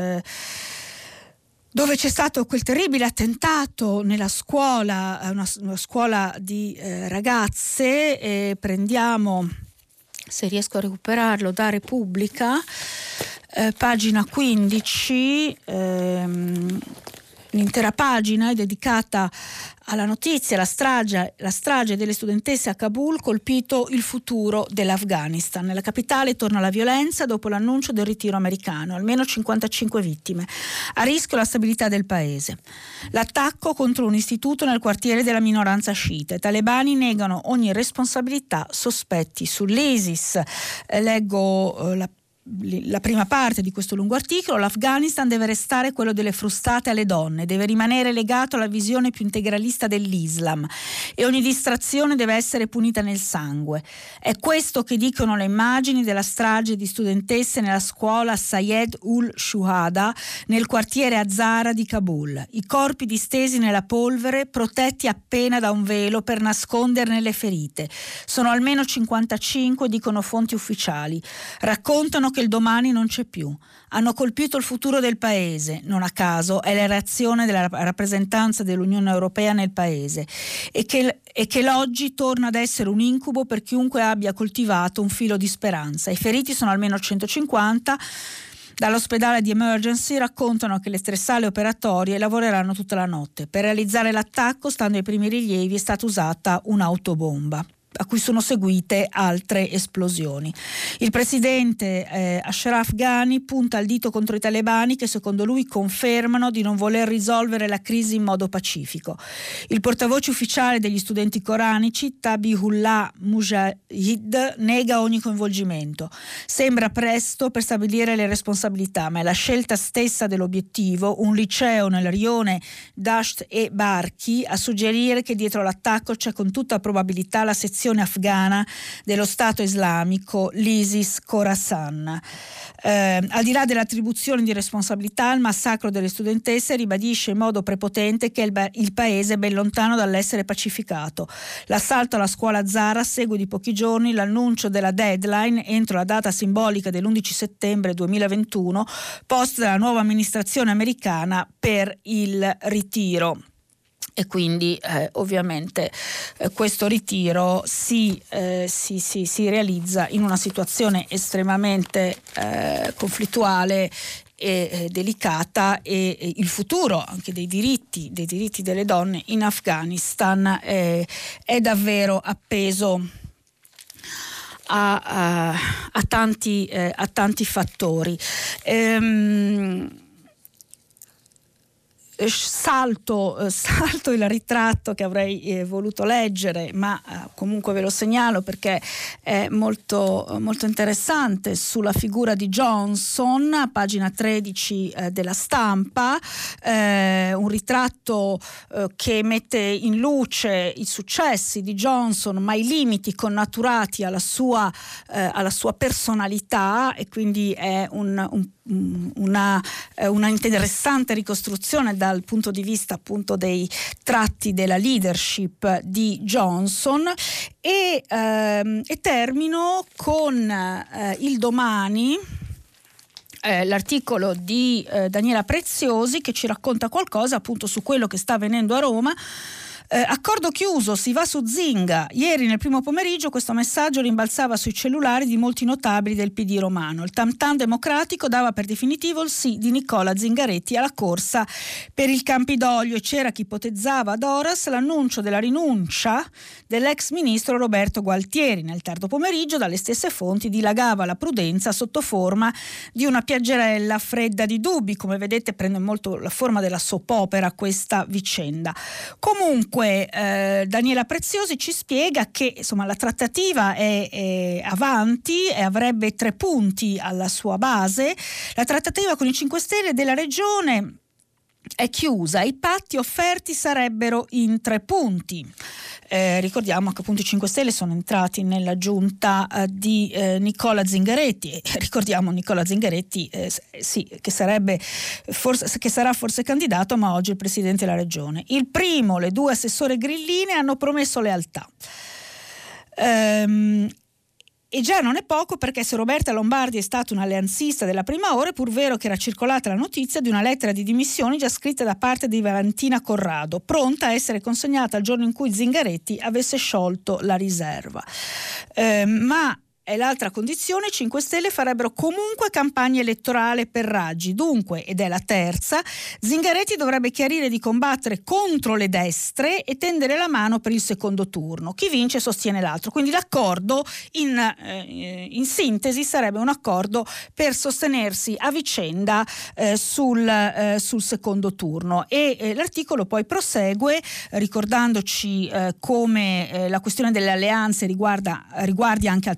dove c'è stato quel terribile attentato nella scuola, una scuola di ragazze. Prendiamo, se riesco a recuperarlo, da Repubblica, pagina 15. L'intera pagina è dedicata alla notizia, la strage delle studentesse a Kabul, colpito il futuro dell'Afghanistan. Nella capitale torna la violenza dopo l'annuncio del ritiro americano, almeno 55 vittime. A rischio la stabilità del paese. L'attacco contro un istituto nel quartiere della minoranza sciita. I talebani negano ogni responsabilità, sospetti sull'ISIS. Leggo la la prima parte di questo lungo articolo: l'Afghanistan deve restare quello delle frustate alle donne, deve rimanere legato alla visione più integralista dell'Islam e ogni distrazione deve essere punita nel sangue. È questo che dicono le immagini della strage di studentesse nella scuola Sayed ul Shuhada nel quartiere Hazara di Kabul. I corpi distesi nella polvere, protetti appena da un velo per nasconderne le ferite. Sono almeno 55, dicono fonti ufficiali. Raccontano che il domani non c'è più. Hanno colpito il futuro del paese, non a caso è la reazione della rappresentanza dell'Unione Europea nel paese, e che l'oggi torna ad essere un incubo per chiunque abbia coltivato un filo di speranza. I feriti sono almeno 150. Dall'ospedale di Emergency raccontano che le tre sale operatorie lavoreranno tutta la notte. Per realizzare l'attacco, stando ai primi rilievi, è stata usata un'autobomba, a cui sono seguite altre esplosioni. Il presidente Ashraf Ghani punta il dito contro i talebani, che secondo lui confermano di non voler risolvere la crisi in modo pacifico. Il portavoce ufficiale degli studenti coranici, Tabihullah Mujahid, nega ogni coinvolgimento. Sembra presto per stabilire le responsabilità, ma è la scelta stessa dell'obiettivo, un liceo nel rione Dasht e Barchi, a suggerire che dietro l'attacco c'è con tutta probabilità la sezione afghana dello Stato islamico, l'ISIS Khorasan. Al di là dell'attribuzione di responsabilità al massacro delle studentesse, ribadisce in modo prepotente che il paese è ben lontano dall'essere pacificato. L'assalto alla scuola Zara segue di pochi giorni l'annuncio della deadline entro la data simbolica dell'11 settembre 2021 posta dalla nuova amministrazione americana per il ritiro. E quindi ovviamente questo ritiro si realizza in una situazione estremamente conflittuale e delicata, e il futuro anche dei diritti delle donne in Afghanistan è davvero appeso a tanti fattori. Salto il ritratto che avrei voluto leggere, ma comunque ve lo segnalo perché è molto, molto interessante, sulla figura di Johnson, a pagina 13 della Stampa, un ritratto che mette in luce i successi di Johnson, ma i limiti connaturati alla sua personalità, e quindi è una interessante ricostruzione dal punto di vista appunto dei tratti della leadership di Johnson, e termino con il Domani, l'articolo di Daniela Preziosi, che ci racconta qualcosa appunto su quello che sta avvenendo a Roma. Accordo chiuso, si va su Zinga. Ieri nel primo pomeriggio questo messaggio rimbalzava sui cellulari di molti notabili del PD romano. Il tam tam democratico dava per definitivo il sì di Nicola Zingaretti alla corsa per il Campidoglio, e c'era chi ipotizzava ad horas l'annuncio della rinuncia dell'ex ministro Roberto Gualtieri. Nel tardo pomeriggio dalle stesse fonti dilagava la prudenza sotto forma di una piaggerella fredda di dubbi. Come vedete prende molto la forma della soap opera questa vicenda. Comunque Daniela Preziosi ci spiega che insomma la trattativa è avanti e avrebbe 3 punti alla sua base. La trattativa con i 5 Stelle della regione è chiusa, i patti offerti sarebbero in 3 punti. Ricordiamo che appunto i 5 Stelle sono entrati nella giunta di Nicola Zingaretti, e ricordiamo Nicola Zingaretti che sarà forse candidato, ma oggi il presidente della regione. Il primo, le 2 assessore grilline hanno promesso lealtà. E già non è poco, perché se Roberta Lombardi è stata una alleanzista della prima ora, è pur vero che era circolata la notizia di una lettera di dimissioni già scritta da parte di Valentina Corrado, pronta a essere consegnata il giorno in cui Zingaretti avesse sciolto la riserva. Ma è l'altra condizione: 5 Stelle farebbero comunque campagna elettorale per Raggi. Dunque, ed è la terza, Zingaretti dovrebbe chiarire di combattere contro le destre e tendere la mano per il secondo turno. Chi vince sostiene l'altro. Quindi l'accordo in sintesi sarebbe un accordo per sostenersi a vicenda sul secondo turno. E l'articolo poi prosegue ricordandoci come la questione delle alleanze riguardi anche altre città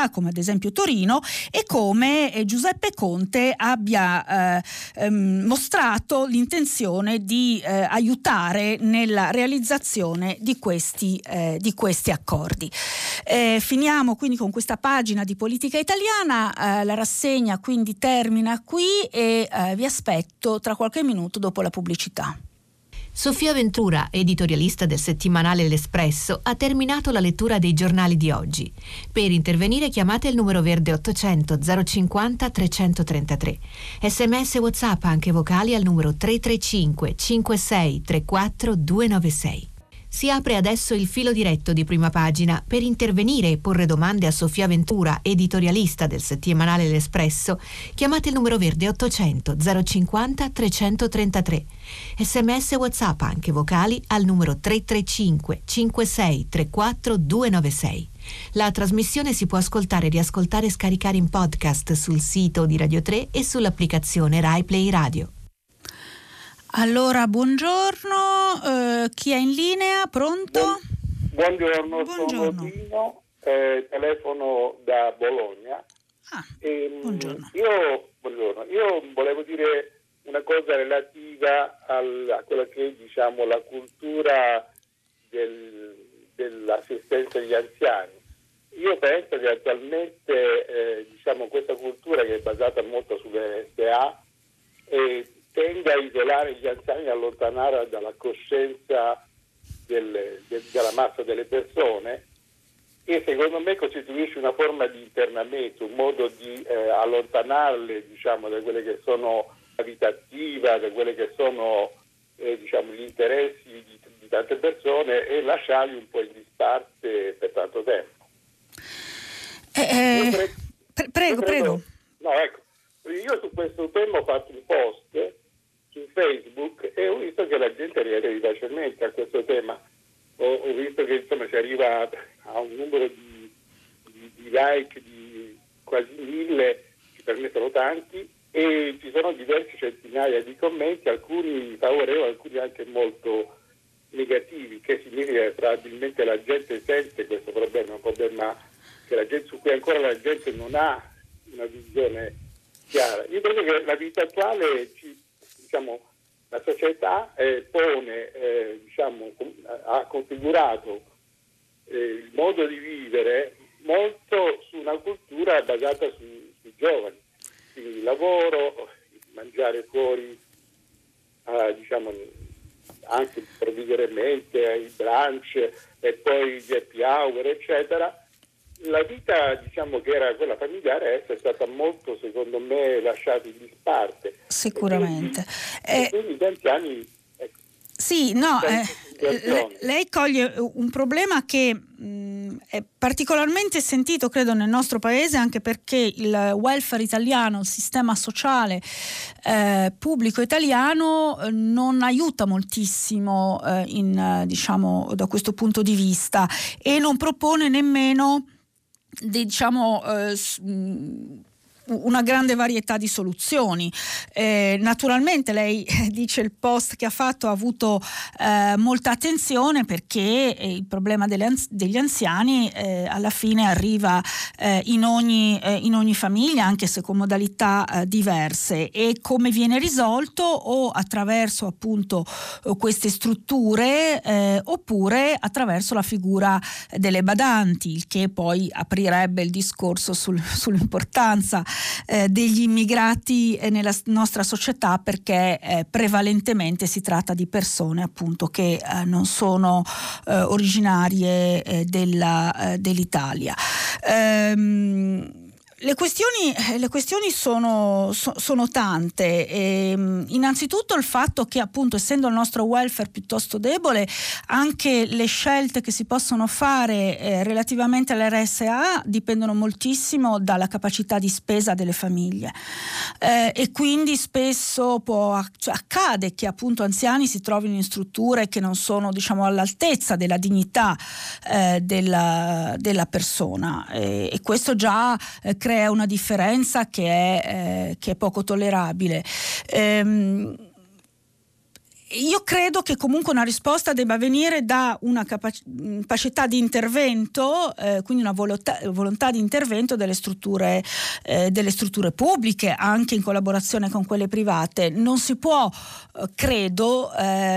città, come ad esempio Torino, e come Giuseppe Conte abbia mostrato l'intenzione di aiutare nella realizzazione di questi accordi. Finiamo quindi con questa pagina di Politica Italiana, la rassegna quindi termina qui e vi aspetto tra qualche minuto dopo la pubblicità. Sofia Ventura, editorialista del settimanale L'Espresso, ha terminato la lettura dei giornali di oggi. Per intervenire chiamate il numero verde 800 050 333. SMS WhatsApp anche vocali al numero 335 56 34 296. Si apre adesso il filo diretto di Prima Pagina. Per intervenire e porre domande a Sofia Ventura, editorialista del settimanale L'Espresso, chiamate il numero verde 800 050 333. SMS WhatsApp anche vocali al numero 335 56 34 296. La trasmissione si può ascoltare, riascoltare e scaricare in podcast sul sito di Radio 3 e sull'applicazione Rai Play Radio. Allora, buongiorno, chi è in linea? Pronto? Buongiorno, sono Dino, telefono da Bologna. Buongiorno. Io volevo dire una cosa relativa a quella che è, diciamo, la cultura dell'assistenza agli anziani. Io penso che attualmente questa cultura, che è basata molto sulle SPA, tende a isolare gli anziani e allontanare dalla coscienza della massa delle persone, e secondo me costituisce una forma di internamento, un modo di allontanarle, diciamo, da quelle che sono la vita attiva, da quelle che sono gli interessi di tante persone, e lasciarli un po' in disparte per tanto tempo. Prego. No, ecco, io su questo tema ho fatto un post su Facebook e ho visto che la gente reagisce facilmente a questo tema. Ho visto che insomma si arriva a un numero di like di quasi 1000, che per me sono tanti, e ci sono diverse centinaia di commenti, alcuni favorevoli, alcuni anche molto negativi, che significa che probabilmente la gente sente questo problema, un problema su cui ancora la gente non ha una visione chiara. Io credo che la vita attuale la società ha configurato il modo di vivere molto su una cultura basata sui giovani, quindi il lavoro, il mangiare fuori, anche provvisoriamente, i brunch e poi gli happy hour, eccetera. La vita, che era quella familiare, è stata molto, secondo me, lasciata in disparte. Sicuramente. Quindi gli anziani... Sì, no, lei coglie un problema che è particolarmente sentito, credo, nel nostro paese, anche perché il welfare italiano, il sistema sociale pubblico italiano non aiuta moltissimo da questo punto di vista, e non propone nemmeno una grande varietà di soluzioni. Naturalmente lei dice il post che ha fatto ha avuto molta attenzione, perché il problema degli anziani alla fine arriva in ogni famiglia, anche se con modalità diverse, e come viene risolto o attraverso appunto queste strutture oppure attraverso la figura delle badanti, il che poi aprirebbe il discorso sull'importanza degli immigrati nella nostra società, perché prevalentemente si tratta di persone appunto che non sono originarie dell'Italia. Le questioni sono tante. Innanzitutto il fatto che, appunto, essendo il nostro welfare piuttosto debole, anche le scelte che si possono fare relativamente all'RSA dipendono moltissimo dalla capacità di spesa delle famiglie, e quindi spesso accade che appunto anziani si trovino in strutture che non sono, all'altezza della dignità della persona, e questo già crea una differenza che è poco tollerabile. Io credo che comunque una risposta debba venire da una capacità di intervento, quindi una volontà di intervento delle strutture pubbliche, anche in collaborazione con quelle private. Non si può, credo,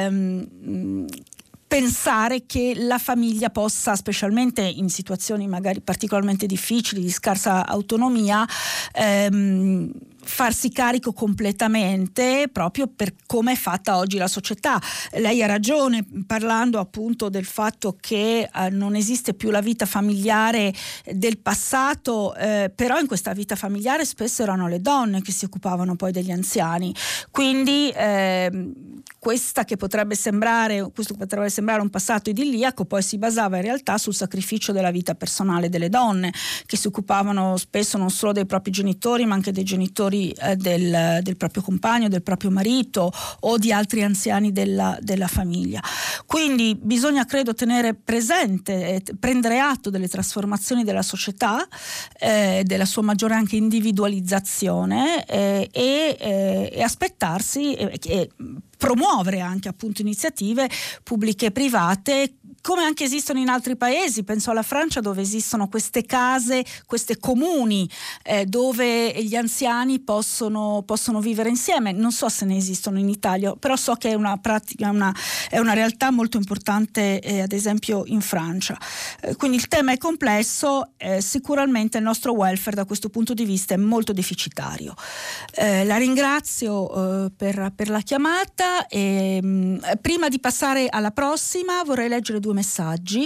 pensare che la famiglia possa, specialmente in situazioni magari particolarmente difficili, di scarsa autonomia, farsi carico completamente, proprio per come è fatta oggi la società. Lei ha ragione parlando appunto del fatto che non esiste più la vita familiare del passato, però in questa vita familiare spesso erano le donne che si occupavano poi degli anziani, quindi questo potrebbe sembrare un passato idilliaco, poi si basava in realtà sul sacrificio della vita personale delle donne, che si occupavano spesso non solo dei propri genitori ma anche dei genitori del proprio compagno, del proprio marito o di altri anziani della famiglia. Quindi bisogna, credo, tenere presente, prendere atto delle trasformazioni della società, della sua maggiore anche individualizzazione, e aspettarsi e promuovere anche appunto iniziative pubbliche e private, come anche esistono in altri paesi. Penso alla Francia, dove esistono queste case, queste comuni, dove gli anziani possono vivere insieme. Non so se ne esistono in Italia, però so che è una pratica, è una realtà molto importante, ad esempio in Francia. Quindi il tema è complesso, sicuramente il nostro welfare da questo punto di vista è molto deficitario. La ringrazio per la chiamata, e prima di passare alla prossima vorrei leggere 2 messaggi.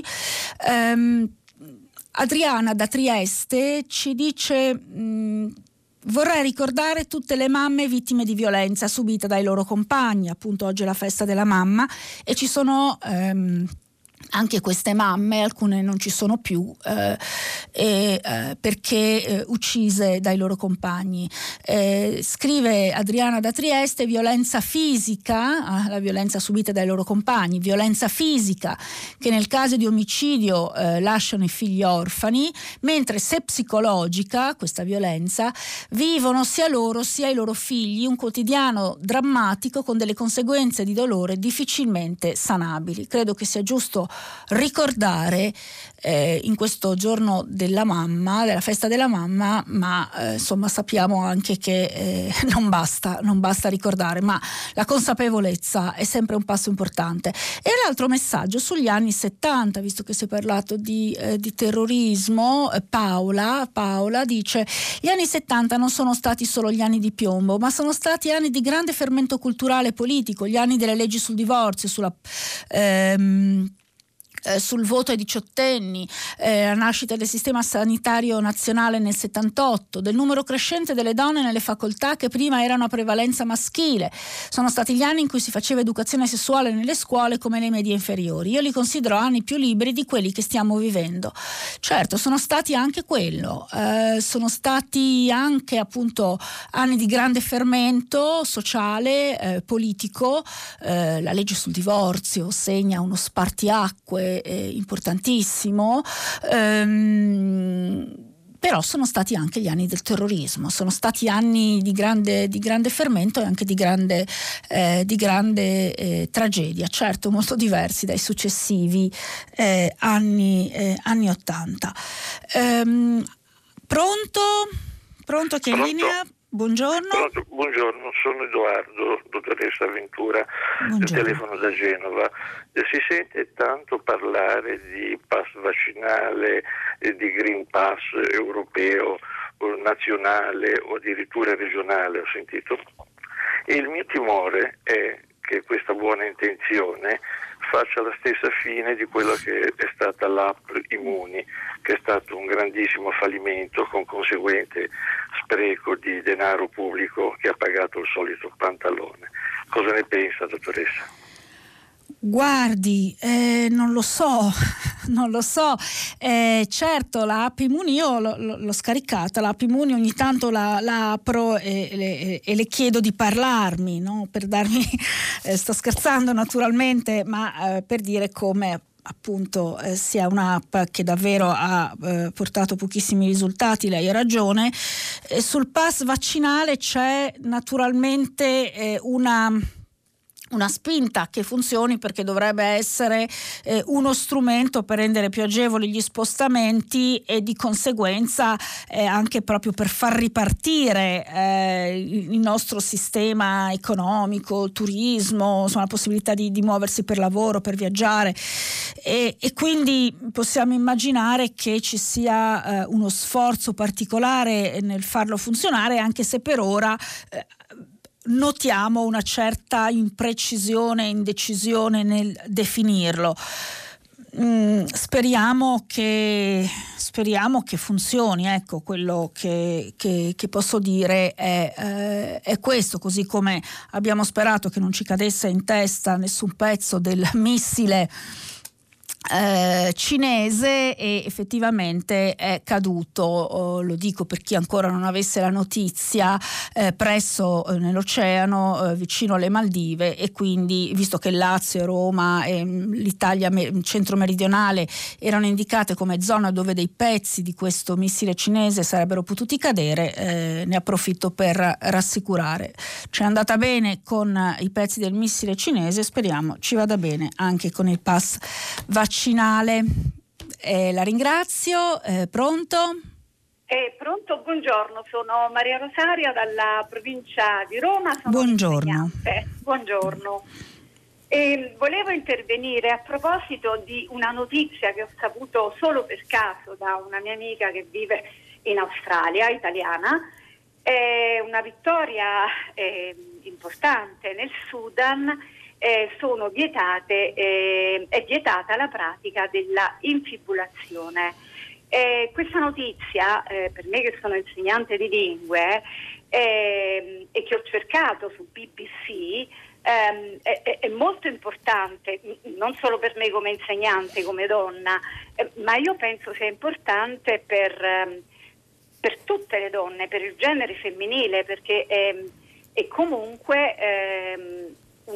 Adriana da Trieste ci dice: vorrei ricordare tutte le mamme vittime di violenza subita dai loro compagni. Appunto oggi è la festa della mamma e ci sono anche queste mamme, alcune non ci sono più, perché uccise dai loro compagni. Scrive Adriana da Trieste: violenza fisica, la violenza subita dai loro compagni, violenza fisica che nel caso di omicidio lasciano i figli orfani, mentre se psicologica, questa violenza, vivono sia loro sia i loro figli un quotidiano drammatico con delle conseguenze di dolore difficilmente sanabili. Credo che sia giusto ricordare in questo giorno della mamma, della festa della mamma, ma insomma sappiamo anche che non basta ricordare, ma la consapevolezza è sempre un passo importante. E l'altro messaggio sugli anni 70, visto che si è parlato di terrorismo, Paola dice: gli anni 70 non sono stati solo gli anni di piombo, ma sono stati anni di grande fermento culturale e politico, gli anni delle leggi sul divorzio, sul voto ai diciottenni, la nascita del sistema sanitario nazionale nel 78, del numero crescente delle donne nelle facoltà che prima erano a prevalenza maschile. Sono stati gli anni in cui si faceva educazione sessuale nelle scuole come nei medie inferiori. Io li considero anni più liberi di quelli che stiamo vivendo. Certo, sono stati anche quello, sono stati anche appunto anni di grande fermento sociale, politico. La legge sul divorzio segna uno spartiacque importantissimo, però sono stati anche gli anni del terrorismo, sono stati anni di grande fermento e anche di grande tragedia, certo molto diversi dai successivi anni 80. Pronto chi è in linea? Buongiorno. Buongiorno, sono Edoardo, dottoressa Ventura, telefono da Genova. Si sente tanto parlare di pass vaccinale, di Green Pass europeo, nazionale o addirittura regionale, ho sentito. E il mio timore è che questa buona intenzione faccia la stessa fine di quello che è stata l'app Immuni, che è stato un grandissimo fallimento con conseguente spreco di denaro pubblico che ha pagato il solito pantalone. Cosa ne pensa, dottoressa? Guardi, non lo so. Certo, la app Immuni io l'ho scaricata, la app Immuni ogni tanto la apro e le chiedo di parlarmi, no? Per darmi, sto scherzando naturalmente, ma per dire come appunto sia un'app che davvero ha portato pochissimi risultati. Lei ha ragione. Sul pass vaccinale c'è naturalmente una spinta che funzioni, perché dovrebbe essere uno strumento per rendere più agevoli gli spostamenti e di conseguenza anche proprio per far ripartire il nostro sistema economico, turismo, insomma, la possibilità di muoversi per lavoro, per viaggiare, e quindi possiamo immaginare che ci sia uno sforzo particolare nel farlo funzionare, anche se per ora notiamo una certa imprecisione e indecisione nel definirlo. Speriamo che funzioni. Ecco, quello che posso dire è questo, così come abbiamo sperato che non ci cadesse in testa nessun pezzo del missile cinese, e effettivamente è caduto, lo dico per chi ancora non avesse la notizia, presso nell'oceano vicino alle Maldive, e quindi, visto che Lazio, Roma e l'Italia centro-meridionale erano indicate come zona dove dei pezzi di questo missile cinese sarebbero potuti cadere, ne approfitto per rassicurare. Ci è andata bene con i pezzi del missile cinese, speriamo ci vada bene anche con il pass vaccinale. La ringrazio. Pronto? Pronto, buongiorno, sono Maria Rosaria dalla provincia di Roma. Buongiorno. Buongiorno. Volevo intervenire a proposito di una notizia che ho saputo solo per caso da una mia amica che vive in Australia, italiana. È una vittoria importante nel Sudan. Sono vietate, è vietata la pratica della infibulazione. Questa notizia, per me che sono insegnante di lingue e che ho cercato su BBC, è molto importante, non solo per me come insegnante, come donna, ma io penso sia importante per tutte le donne, per il genere femminile, perché è comunque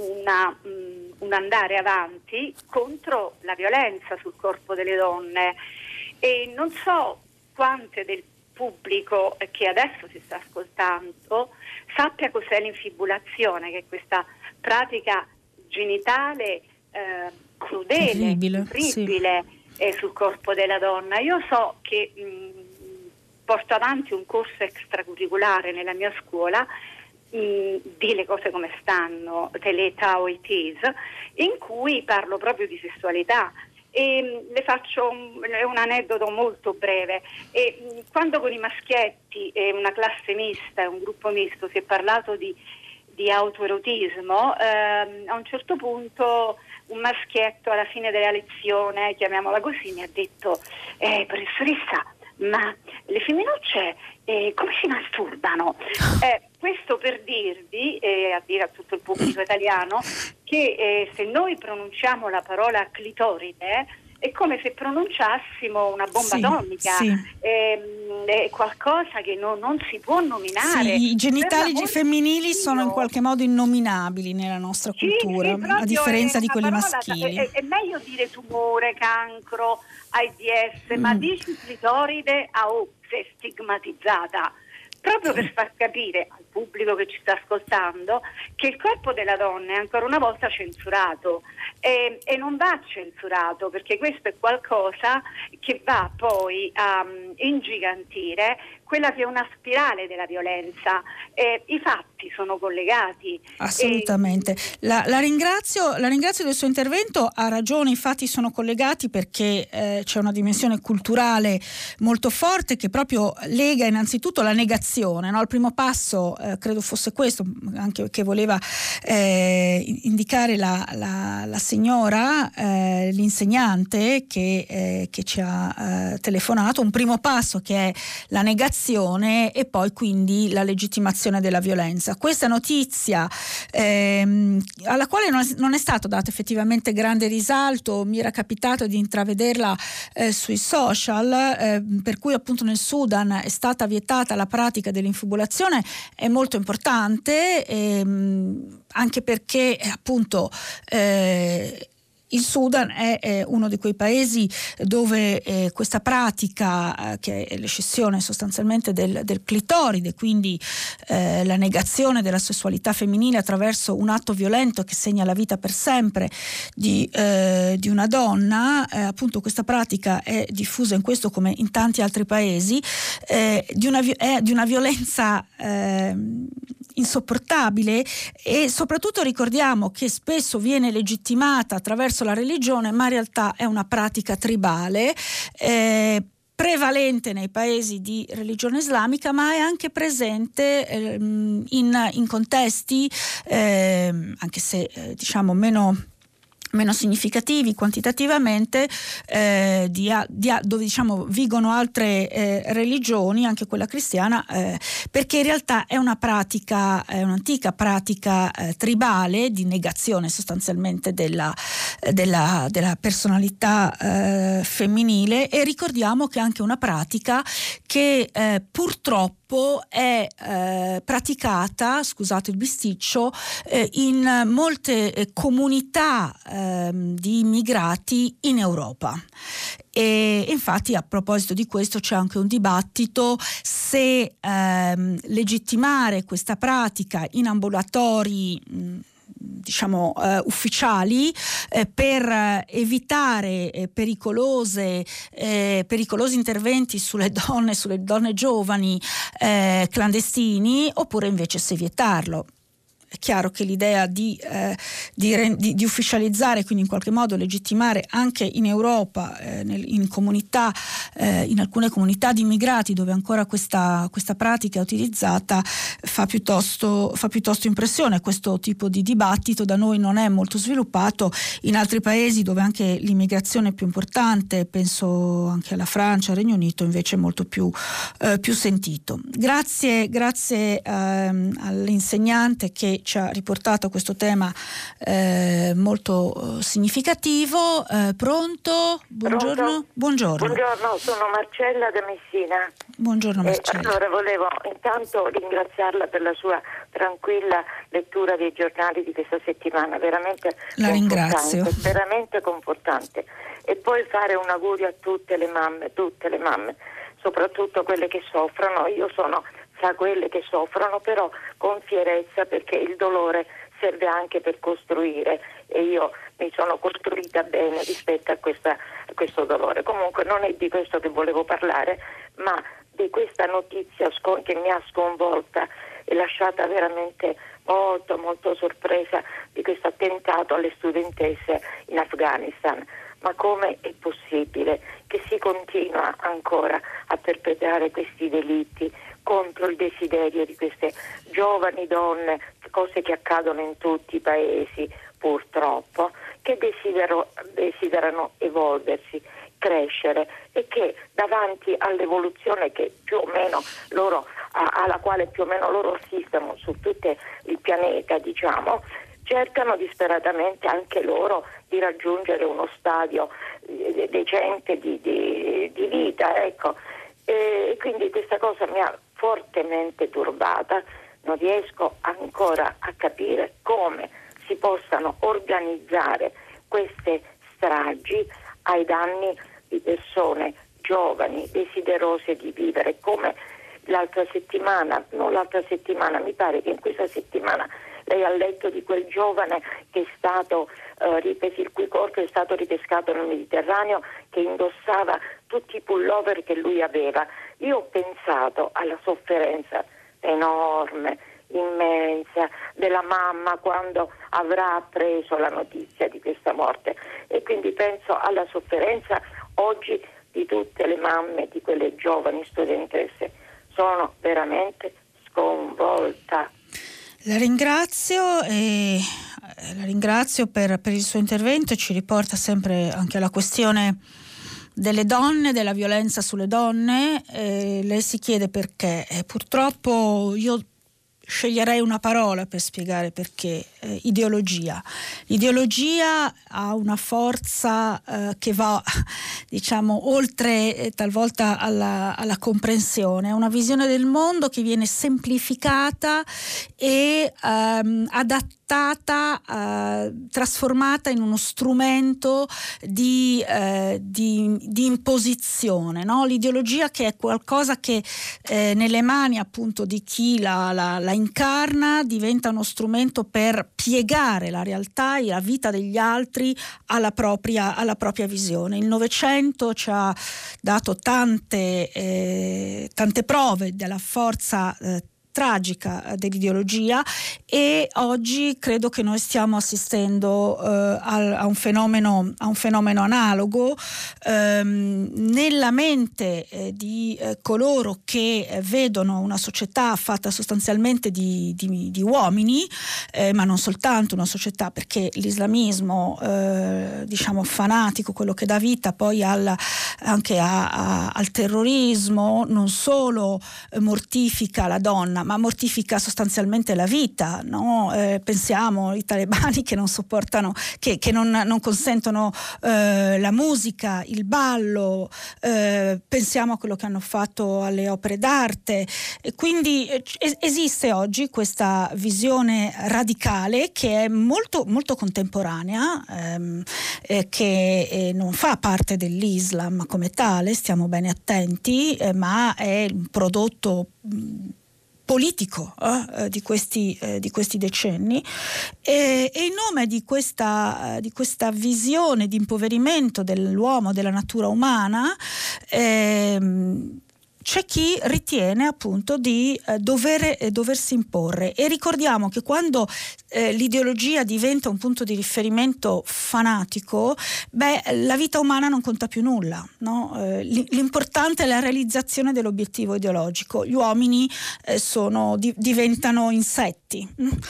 un andare avanti contro la violenza sul corpo delle donne. E non so quante del pubblico che adesso si sta ascoltando sappia cos'è l'infibulazione, che è questa pratica genitale crudele, terribile, orribile, sì, sul corpo della donna. Io so che porto avanti un corso extracurriculare nella mia scuola di Le cose come stanno, Tell It How It Is, in cui parlo proprio di sessualità, e le faccio un aneddoto molto breve. Quando con i maschietti, una classe mista, un gruppo misto, si è parlato di autoerotismo, a un certo punto un maschietto alla fine della lezione, chiamiamola così, mi ha detto: professoressa, ma le femminucce come si masturbano? Questo per dirvi, a dire a tutto il pubblico italiano, che se noi pronunciamo la parola clitoride è come se pronunciassimo una bomba atomica, sì. È qualcosa che non si può nominare. Sì, i genitali femminili sono in qualche modo innominabili nella nostra cultura, sì, a differenza di quelli maschili. È meglio dire tumore, cancro, AIDS, ma dici clitoride, sei stigmatizzata. Proprio per far capire al pubblico che ci sta ascoltando che il corpo della donna è ancora una volta censurato, e non va censurato, perché questo è qualcosa che va poi a ingigantire quella che è una spirale della violenza. I fatti sono collegati. Assolutamente. La ringrazio del suo intervento, ha ragione, i fatti sono collegati perché c'è una dimensione culturale molto forte che proprio lega innanzitutto la negazione, no? Il primo passo credo fosse questo, anche che voleva indicare la signora, l'insegnante che ci ha telefonato, un primo passo che è la negazione e poi quindi la legittimazione della violenza. Questa notizia alla quale non è stato dato effettivamente grande risalto, mi era capitato di intravederla sui social, per cui appunto nel Sudan è stata vietata la pratica dell'infibulazione, è molto importante, anche perché appunto Il Sudan è uno di quei paesi dove questa pratica, che è l'escissione sostanzialmente del clitoride, quindi la negazione della sessualità femminile attraverso un atto violento che segna la vita per sempre di una donna, appunto questa pratica è diffusa in questo come in tanti altri paesi, di una violenza insopportabile, e soprattutto ricordiamo che spesso viene legittimata attraverso la religione, ma in realtà è una pratica tribale prevalente nei paesi di religione islamica, ma è anche presente in contesti anche se diciamo meno significativi quantitativamente, dove diciamo vigono altre religioni, anche quella cristiana, perché in realtà è un'antica pratica tribale di negazione sostanzialmente della personalità femminile, e ricordiamo che è anche una pratica che purtroppo è praticata, scusate il bisticcio, in molte comunità di immigrati in Europa. E infatti a proposito di questo c'è anche un dibattito se legittimare questa pratica in ambulatori diciamo ufficiali per evitare pericolosi interventi sulle donne giovani clandestini, oppure invece se vietarlo. È chiaro che l'idea di ufficializzare, quindi in qualche modo legittimare anche in Europa, in alcune comunità di immigrati dove ancora questa pratica è utilizzata, fa piuttosto impressione. Questo tipo di dibattito da noi non è molto sviluppato. In altri paesi dove anche l'immigrazione è più importante, penso anche alla Francia, al Regno Unito, invece è molto più sentito. Grazie all'insegnante che ci ha riportato questo tema molto significativo. Pronto? Buongiorno. Buongiorno, sono Marcella da Messina. Buongiorno Marcella. Allora volevo intanto ringraziarla per la sua tranquilla lettura dei giornali di questa settimana, veramente la ringrazio. Veramente confortante. E poi fare un augurio a tutte le mamme, soprattutto quelle che soffrono. Io sono fra quelle che soffrono, però con fierezza, perché il dolore serve anche per costruire, e io mi sono costruita bene rispetto a questo dolore. Comunque non è di questo che volevo parlare, ma di questa notizia che mi ha sconvolta e lasciata veramente molto molto sorpresa, di questo attentato alle studentesse in Afghanistan. Ma come è possibile che si continua ancora a perpetrare questi delitti contro il desiderio di queste giovani donne, cose che accadono in tutti i paesi purtroppo, che desiderano evolversi, crescere, e che davanti all'evoluzione che più o meno alla quale più o meno loro assistono su tutto il pianeta, diciamo, cercano disperatamente anche loro di raggiungere uno stadio decente di vita, ecco. E quindi questa cosa mi ha fortemente turbata. Non riesco ancora a capire come si possano organizzare queste stragi ai danni di persone giovani, desiderose di vivere, come mi pare che in questa settimana lei ha letto di quel giovane che è stato il cui corpo è stato ripescato nel Mediterraneo, che indossava tutti i pullover che lui aveva. Io ho pensato alla sofferenza enorme, immensa della mamma quando avrà appreso la notizia di questa morte, e quindi penso alla sofferenza oggi di tutte le mamme di quelle giovani studentesse. Sono veramente sconvolta. La ringrazio per il suo intervento, e ci riporta sempre anche alla questione delle donne, della violenza sulle donne. Lei si chiede perché. Purtroppo io sceglierei una parola per spiegare perché. Ideologia. L'ideologia ha una forza che va, diciamo, oltre talvolta alla comprensione. È una visione del mondo che viene semplificata e adattata stata trasformata in uno strumento di imposizione, no? L'ideologia, che è qualcosa che nelle mani appunto di chi la incarna, diventa uno strumento per piegare la realtà e la vita degli altri alla propria visione. Il Novecento ci ha dato tante prove della forza tragica dell'ideologia, e oggi credo che noi stiamo assistendo a un fenomeno analogo nella mente di coloro che vedono una società fatta sostanzialmente di uomini, ma non soltanto una società, perché l'islamismo diciamo fanatico, quello che dà vita poi anche al terrorismo, non solo mortifica la donna, ma mortifica sostanzialmente la vita, no? Pensiamo ai talebani che non sopportano, che non consentono la musica, il ballo, pensiamo a quello che hanno fatto alle opere d'arte, e quindi esiste oggi questa visione radicale che è molto, molto contemporanea, che non fa parte dell'Islam come tale, stiamo bene attenti, ma è un prodotto politico di questi decenni, e in nome di questa visione di impoverimento dell'uomo, della natura umana, c'è chi ritiene appunto di doversi imporre. E ricordiamo che quando l'ideologia diventa un punto di riferimento fanatico, la vita umana non conta più nulla, no? L'importante è la realizzazione dell'obiettivo ideologico. Gli uomini diventano insetti.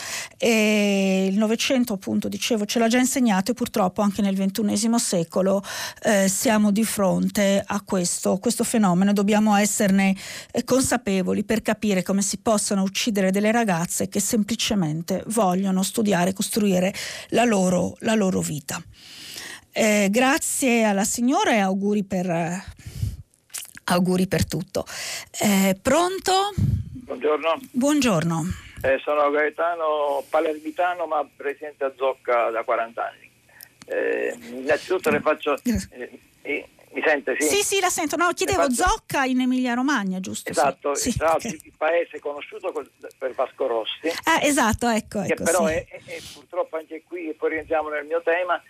E il Novecento, appunto, dicevo, ce l'ha già insegnato, e purtroppo anche nel XXI secolo siamo di fronte a questo fenomeno. Dobbiamo esserne consapevoli per capire come si possono uccidere delle ragazze che semplicemente vogliono studiare, costruire la loro vita. Grazie alla signora e auguri per tutto. Pronto? Buongiorno. Sono Gaetano, palermitano, ma residente a Zocca da 40 anni. Innanzitutto le faccio... mi sente? Sì, la sento. No, chiedevo Zocca in Emilia Romagna, giusto? Esatto, sì. Tra l'altro il paese conosciuto per Vasco Rossi. Esatto, ecco. Che però sì. è purtroppo anche qui, e poi rientriamo nel mio tema,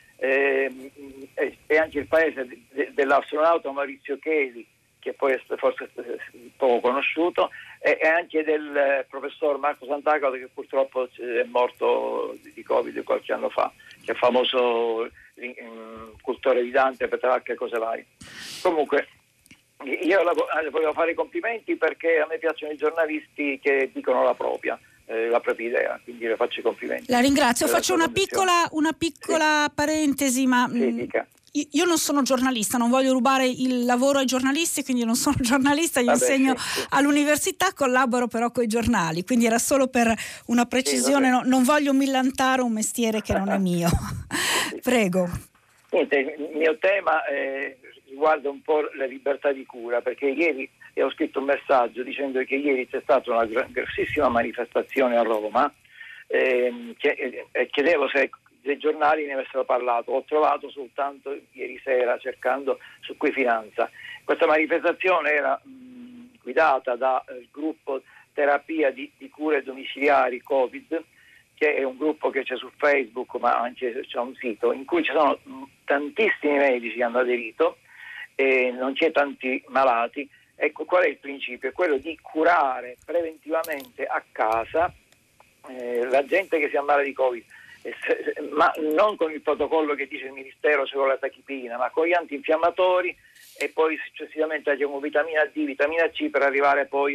è anche il paese dell'astronauta Maurizio Cheli, che poi è forse poco conosciuto, e anche del professor Marco Sant'Agata, che purtroppo è morto di Covid qualche anno fa, che è famoso cultore di Dante, Petrarca e cose varie. Comunque io voglio fare i complimenti, perché a me piacciono i giornalisti che dicono la propria idea, quindi le faccio i complimenti. La ringrazio. Faccio una piccola parentesi, ma dica. Io non sono giornalista, non voglio rubare il lavoro ai giornalisti, quindi non sono giornalista, io insegno all'università, collaboro però con i giornali, quindi era solo per una precisione, non voglio millantare un mestiere che non è mio. Prego. Niente, il mio tema riguarda un po' la libertà di cura, perché ieri ho scritto un messaggio dicendo che ieri c'è stata una grossissima manifestazione a Roma, e chiedevo se dei giornali ne avessero parlato. Ho trovato soltanto ieri sera, cercando su Qui Finanza. Questa manifestazione era guidata dal gruppo Terapia di cure domiciliari Covid, che è un gruppo che c'è su Facebook, ma anche c'è un sito in cui ci sono tantissimi medici che hanno aderito e non c'è tanti malati. Ecco, qual è il principio? È quello di curare preventivamente a casa la gente che si ammala di Covid, ma non con il protocollo che dice il Ministero, cioè con la tachipirina, ma con gli antinfiammatori, e poi successivamente anche con vitamina D, vitamina C, per arrivare poi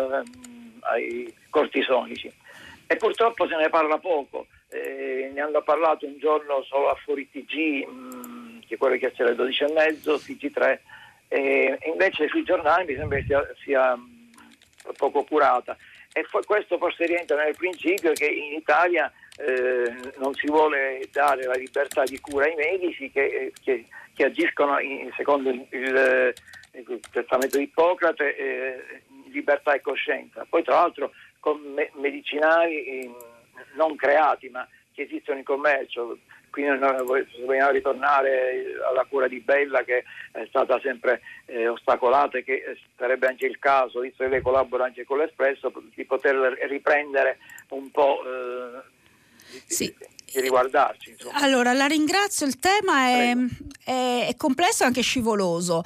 ai cortisonici. E purtroppo se ne parla poco, ne hanno parlato un giorno solo a Fuori TG, che è quello che c'è alle 12:30, TG3, e invece sui giornali mi sembra che sia poco curata. E questo forse rientra nel principio che in Italia non si vuole dare la libertà di cura ai medici che agiscono secondo il testamento di Ippocrate, libertà e coscienza. Poi tra l'altro con medicinali non creati, ma che esistono in commercio. Quindi vogliamo ritornare alla cura di Bella, che è stata sempre ostacolata, e che sarebbe anche il caso, visto che lei collabora anche con l'Espresso, di poter riprendere un po' sì. di riguardarci, insomma. Allora, la ringrazio, il tema è complesso e anche scivoloso.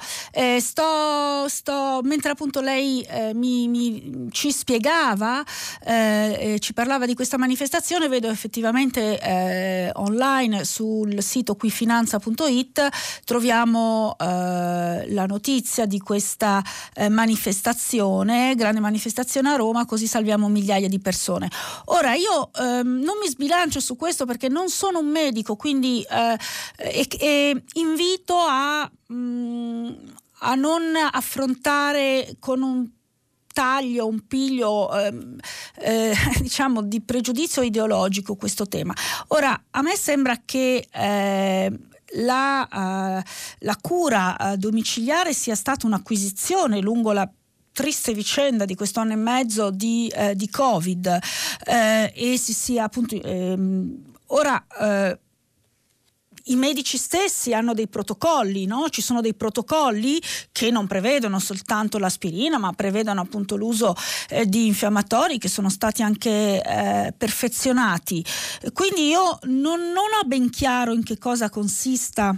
Mentre appunto lei ci spiegava, ci parlava di questa manifestazione, vedo effettivamente online sul sito quifinanza.it troviamo la notizia di questa manifestazione, grande manifestazione a Roma, così salviamo migliaia di persone. Ora io non mi sbilancio su questo perché non sono un medico, quindi invito a non affrontare con un taglio, un piglio diciamo di pregiudizio ideologico questo tema. Ora, a me sembra che la cura domiciliare sia stata un'acquisizione lungo la triste vicenda di questo anno e mezzo di Covid, e si sia appunto ora i medici stessi hanno dei protocolli, no? Ci sono dei protocolli che non prevedono soltanto l'aspirina, ma prevedono appunto l'uso di infiammatori che sono stati anche perfezionati. Quindi io non ho ben chiaro in che cosa consista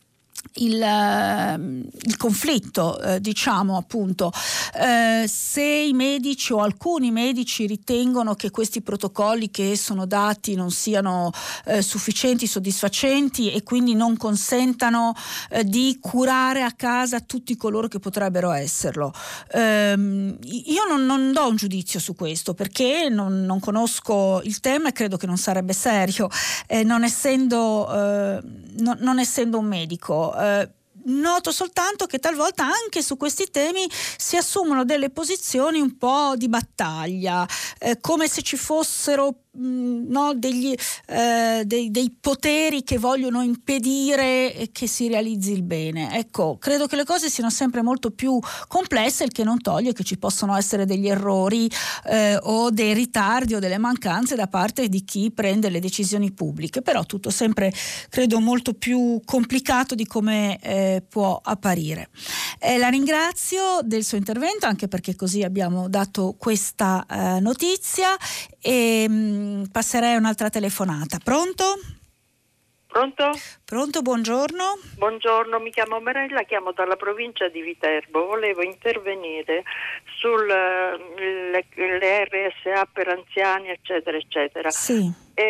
il conflitto, diciamo appunto, se i medici o alcuni medici ritengono che questi protocolli che sono dati non siano sufficienti, soddisfacenti, e quindi non consentano di curare a casa tutti coloro che potrebbero esserlo. Io non do un giudizio su questo perché non conosco il tema e credo che non sarebbe serio, non essendo un medico. Noto soltanto che talvolta anche su questi temi si assumono delle posizioni un po' di battaglia, come se ci fossero dei poteri che vogliono impedire che si realizzi il bene. Ecco, credo che le cose siano sempre molto più complesse, il che non toglie che ci possono essere degli errori o dei ritardi o delle mancanze da parte di chi prende le decisioni pubbliche, però tutto sempre credo molto più complicato di come può apparire. La ringrazio del suo intervento, anche perché così abbiamo dato questa notizia, e passerei a un'altra telefonata. Pronto? Pronto, buongiorno. Buongiorno, mi chiamo Marella, chiamo dalla provincia di Viterbo. Volevo intervenire sulle RSA per anziani, eccetera, eccetera. Sì.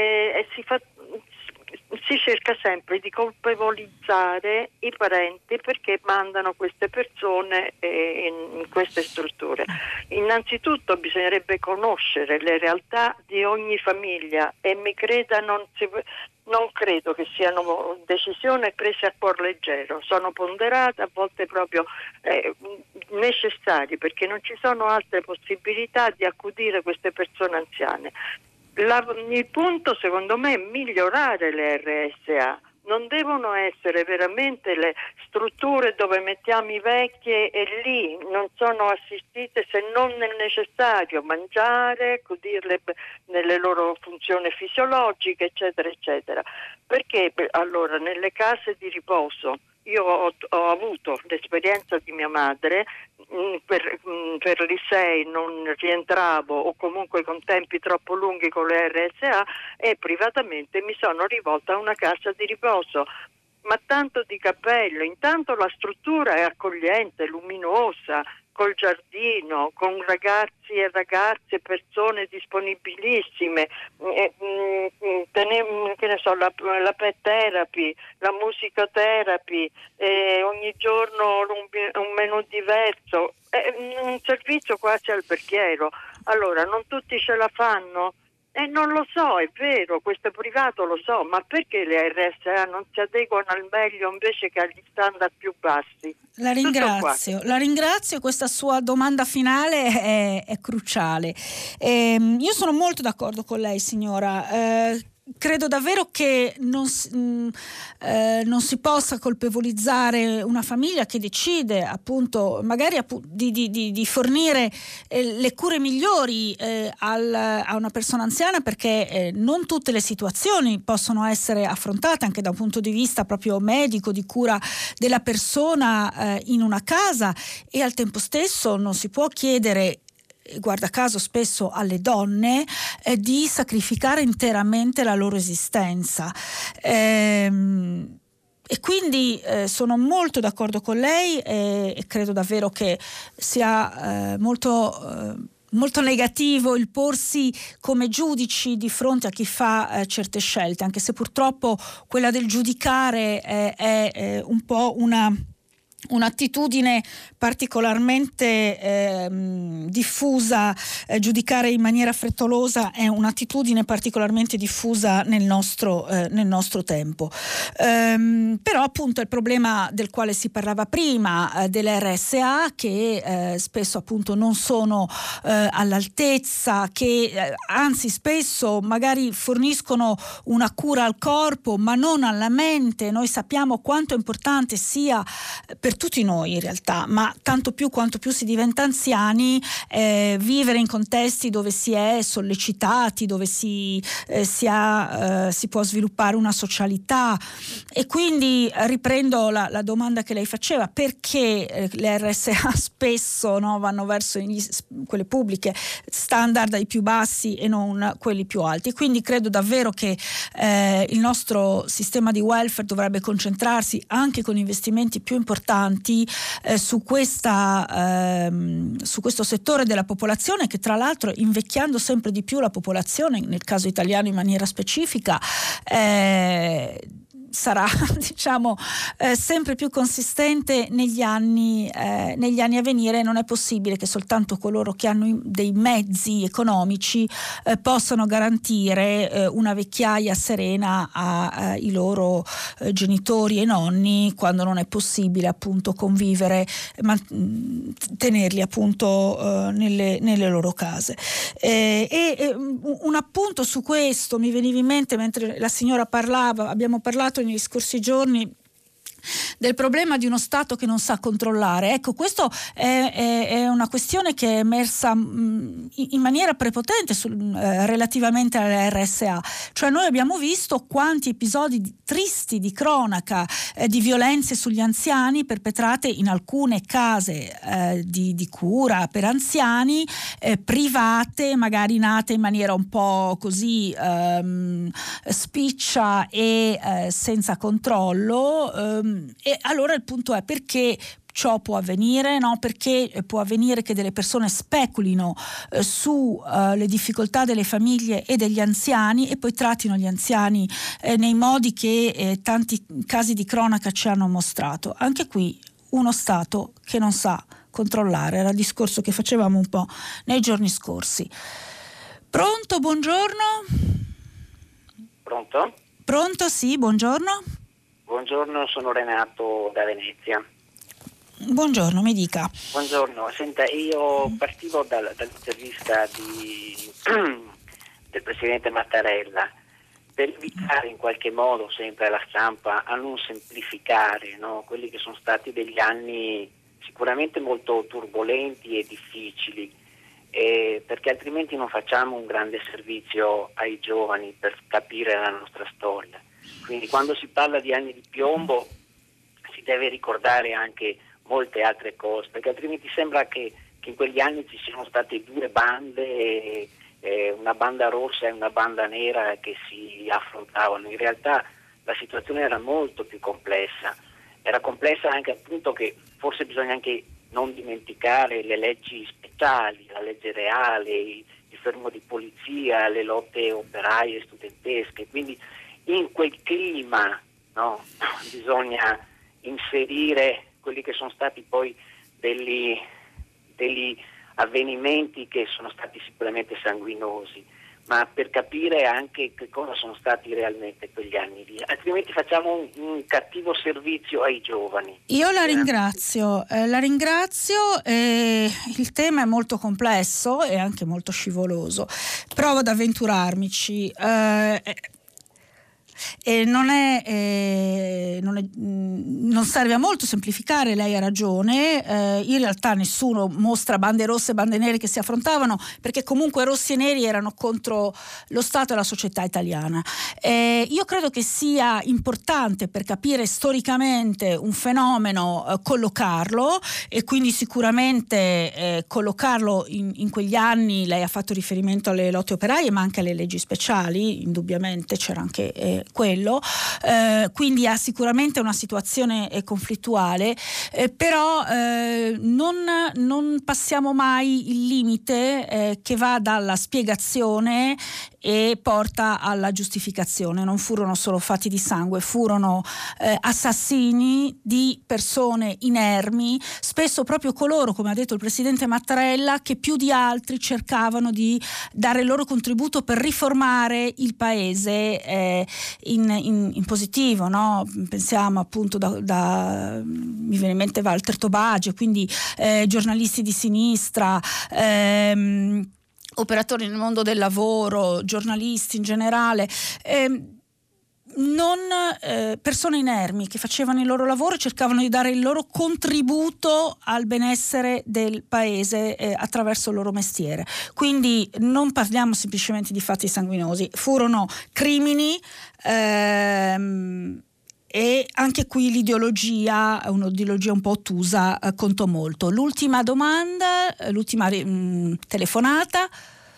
Si cerca sempre di colpevolizzare i parenti perché mandano queste persone in queste strutture. Innanzitutto bisognerebbe conoscere le realtà di ogni famiglia e mi creda, non credo che siano decisioni prese a cuor leggero, sono ponderate, a volte proprio necessarie, perché non ci sono altre possibilità di accudire queste persone anziane. Il punto secondo me è migliorare le RSA, non devono essere veramente le strutture dove mettiamo i vecchi e lì non sono assistite se non nel necessario, mangiare, accudirle nelle loro funzioni fisiologiche, eccetera, eccetera. Perché allora nelle case di riposo io ho avuto l'esperienza di mia madre, per l'ISEE non rientravo o comunque con tempi troppo lunghi con le RSA e privatamente mi sono rivolta a una casa di riposo. Ma tanto di cappello, intanto la struttura è accogliente, luminosa, col giardino, con ragazzi e ragazze, persone disponibilissime, che ne so, la pet therapy, la musicoterapy, ogni giorno un menù diverso, un servizio quasi alberghiero. Allora, non tutti ce la fanno? Non lo so, è vero, questo privato lo so, ma perché le RSA non si adeguano al meglio invece che agli standard più bassi? La ringrazio, questa sua domanda finale è cruciale. Io sono molto d'accordo con lei, signora. credo davvero che non si possa colpevolizzare una famiglia che decide appunto magari di fornire le cure migliori a una persona anziana, perché non tutte le situazioni possono essere affrontate anche da un punto di vista proprio medico, di cura della persona in una casa, e al tempo stesso non si può chiedere, guarda caso spesso alle donne, di sacrificare interamente la loro esistenza. E quindi sono molto d'accordo con lei e credo davvero che sia molto negativo il porsi come giudici di fronte a chi fa certe scelte, anche se purtroppo quella del giudicare è un po' un'attitudine particolarmente diffusa. Giudicare in maniera frettolosa è un'attitudine particolarmente diffusa nel nostro tempo. Però appunto il problema del quale si parlava prima, delle RSA, che spesso appunto non sono all'altezza, che anzi spesso magari forniscono una cura al corpo ma non alla mente. Noi sappiamo quanto è importante sia per tutti noi in realtà, ma tanto più quanto più si diventa anziani, vivere in contesti dove si è sollecitati, dove si può sviluppare una socialità. E quindi riprendo la domanda che lei faceva: perché le RSA spesso vanno verso quelle pubbliche standard ai più bassi e non quelli più alti. Quindi credo davvero che il nostro sistema di welfare dovrebbe concentrarsi anche con investimenti più importanti su questo settore della popolazione, che tra l'altro, invecchiando sempre di più la popolazione, nel caso italiano in maniera specifica, sarà sempre più consistente negli anni a venire. Non è possibile che soltanto coloro che hanno dei mezzi economici possano garantire una vecchiaia serena ai loro genitori e nonni, quando non è possibile appunto convivere, tenerli appunto nelle loro case. E un appunto su questo mi veniva in mente mentre la signora parlava. Abbiamo parlato negli scorsi giorni del problema di uno Stato che non sa controllare. Ecco, questo è una questione che è emersa in maniera prepotente relativamente alle RSA. Cioè, noi abbiamo visto quanti episodi tristi di cronaca di violenze sugli anziani perpetrate in alcune case di cura per anziani, private, magari nate in maniera un po' così spiccia e senza controllo. E allora il punto è: perché ciò può avvenire? Perché può avvenire che delle persone speculino su le difficoltà delle famiglie e degli anziani e poi trattino gli anziani nei modi che tanti casi di cronaca ci hanno mostrato. Anche qui uno Stato che non sa controllare. Era il discorso che facevamo un po' nei giorni scorsi. Pronto, buongiorno. Pronto? Pronto, sì, buongiorno. Buongiorno, sono Renato da Venezia. Buongiorno, mi dica. Buongiorno, senta, io partivo dall'intervista del Presidente Mattarella per invitare in qualche modo sempre la stampa a non semplificare quelli che sono stati degli anni sicuramente molto turbolenti e difficili, perché altrimenti non facciamo un grande servizio ai giovani per capire la nostra storia. Quindi quando si parla di anni di piombo si deve ricordare anche molte altre cose, perché altrimenti sembra che in quegli anni ci siano state due bande, una banda rossa e una banda nera che si affrontavano. In realtà la situazione era molto più complessa. Era complessa anche appunto che forse bisogna anche non dimenticare le leggi speciali, la legge reale, il fermo di polizia, le lotte operaie e studentesche. Quindi in quel clima bisogna inserire quelli che sono stati poi degli avvenimenti che sono stati sicuramente sanguinosi, ma per capire anche che cosa sono stati realmente quegli anni lì, altrimenti facciamo un cattivo servizio ai giovani. Io la ringrazio, il tema è molto complesso e anche molto scivoloso, provo ad avventurarmici. Non serve a molto semplificare, lei ha ragione, in realtà nessuno mostra bande rosse e bande nere che si affrontavano, perché comunque rossi e neri erano contro lo Stato e la società italiana. Io credo che sia importante, per capire storicamente un fenomeno, collocarlo, e quindi sicuramente collocarlo in quegli anni. Lei ha fatto riferimento alle lotte operaie, ma anche alle leggi speciali, indubbiamente c'era anche quello, quindi ha sicuramente una situazione conflittuale, però non passiamo mai il limite che va dalla spiegazione e porta alla giustificazione. Non furono solo fatti di sangue, furono assassini di persone inermi, spesso proprio coloro, come ha detto il presidente Mattarella, che più di altri cercavano di dare il loro contributo per riformare il paese in positivo, no? Pensiamo appunto mi viene in mente Walter Tobagi, quindi giornalisti di sinistra, operatori nel mondo del lavoro, giornalisti in generale, persone inermi che facevano il loro lavoro e cercavano di dare il loro contributo al benessere del paese attraverso il loro mestiere. Quindi non parliamo semplicemente di fatti sanguinosi, furono crimini, e anche qui l'ideologia, un'ideologia un po' ottusa, contò molto. L'ultima domanda, l'ultima telefonata.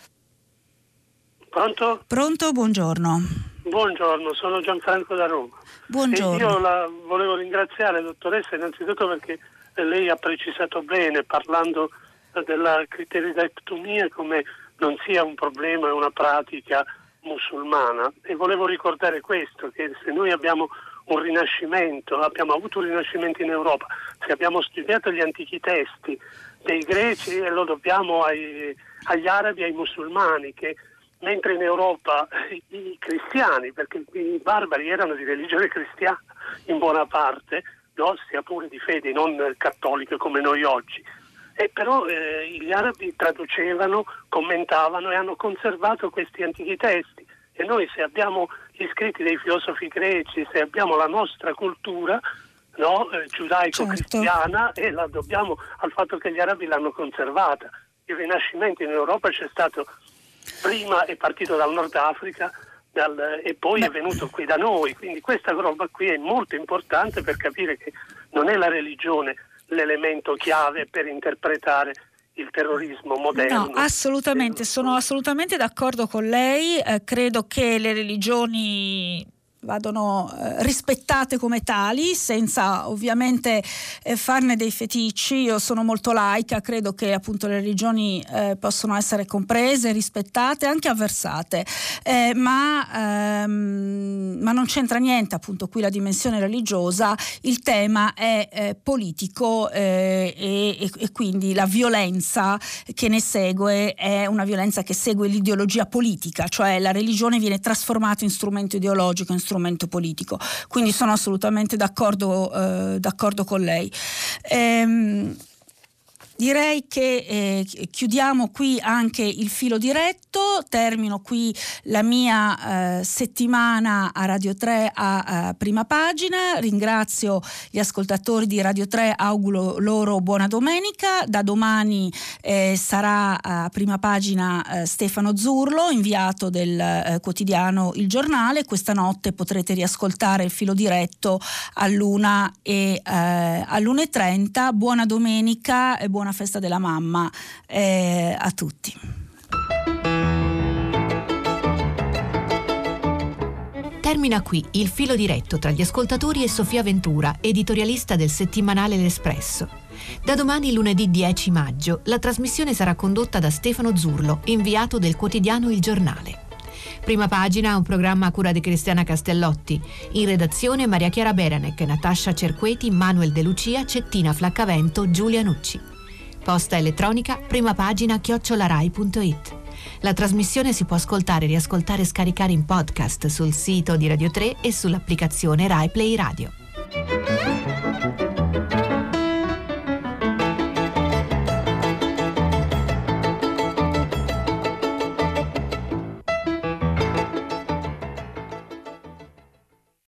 Pronto? Pronto, buongiorno. Buongiorno, sono Gianfranco da Roma. Buongiorno. E io la volevo ringraziare, dottoressa, innanzitutto perché lei ha precisato bene, parlando della clitoridectomia, come non sia un problema, è una pratica musulmana. E volevo ricordare questo, che se noi abbiamo un rinascimento, abbiamo avuto un rinascimento in Europa, se abbiamo studiato gli antichi testi dei greci, e lo dobbiamo agli arabi e ai musulmani, che mentre in Europa i cristiani, perché i barbari erano di religione cristiana in buona parte, no? Sia pure di fede non cattoliche come noi oggi, e però gli arabi traducevano, commentavano e hanno conservato questi antichi testi. E noi, se abbiamo gli scritti dei filosofi greci, se abbiamo la nostra cultura, no, giudaico-cristiana, e la dobbiamo al fatto che gli arabi l'hanno conservata. Il Rinascimento in Europa c'è stato, prima è partito dal Nord Africa e poi è venuto qui da noi, quindi questa roba qui è molto importante per capire che non è la religione l'elemento chiave per interpretare il terrorismo moderno. No, assolutamente, sono assolutamente d'accordo con lei. Credo che le religioni vadano rispettate come tali, senza ovviamente farne dei feticci. Io sono molto laica, credo che appunto le religioni possono essere comprese, rispettate, anche avversate, ma non c'entra niente appunto qui la dimensione religiosa. Il tema è politico, e quindi la violenza che ne segue è una violenza che segue l'ideologia politica, cioè la religione viene trasformata in strumento ideologico, in strumento politico. Quindi sono assolutamente d'accordo con lei. Direi che chiudiamo qui anche il filo diretto, termino qui la mia settimana a Radio 3 a Prima Pagina. Ringrazio gli ascoltatori di Radio 3, auguro loro buona domenica. Da domani sarà a Prima Pagina Stefano Zurlo, inviato del quotidiano Il Giornale. Questa notte potrete riascoltare il filo diretto all'1 e all'1:30. Buona domenica e buona festa della mamma a tutti. Termina qui il filo diretto tra gli ascoltatori e Sofia Ventura, editorialista del settimanale L'Espresso. Da domani, lunedì 10 maggio, la trasmissione sarà condotta da Stefano Zurlo, inviato del quotidiano Il Giornale. Prima Pagina, un programma a cura di Cristiana Castellotti. In redazione Maria Chiara Beranec, Natascia Cerqueti, Manuel De Lucia, Cettina Flaccavento, Giulia Nucci. Posta elettronica primapagina@rai.it. La trasmissione si può ascoltare, riascoltare e scaricare in podcast sul sito di Radio 3 e sull'applicazione Rai Play Radio.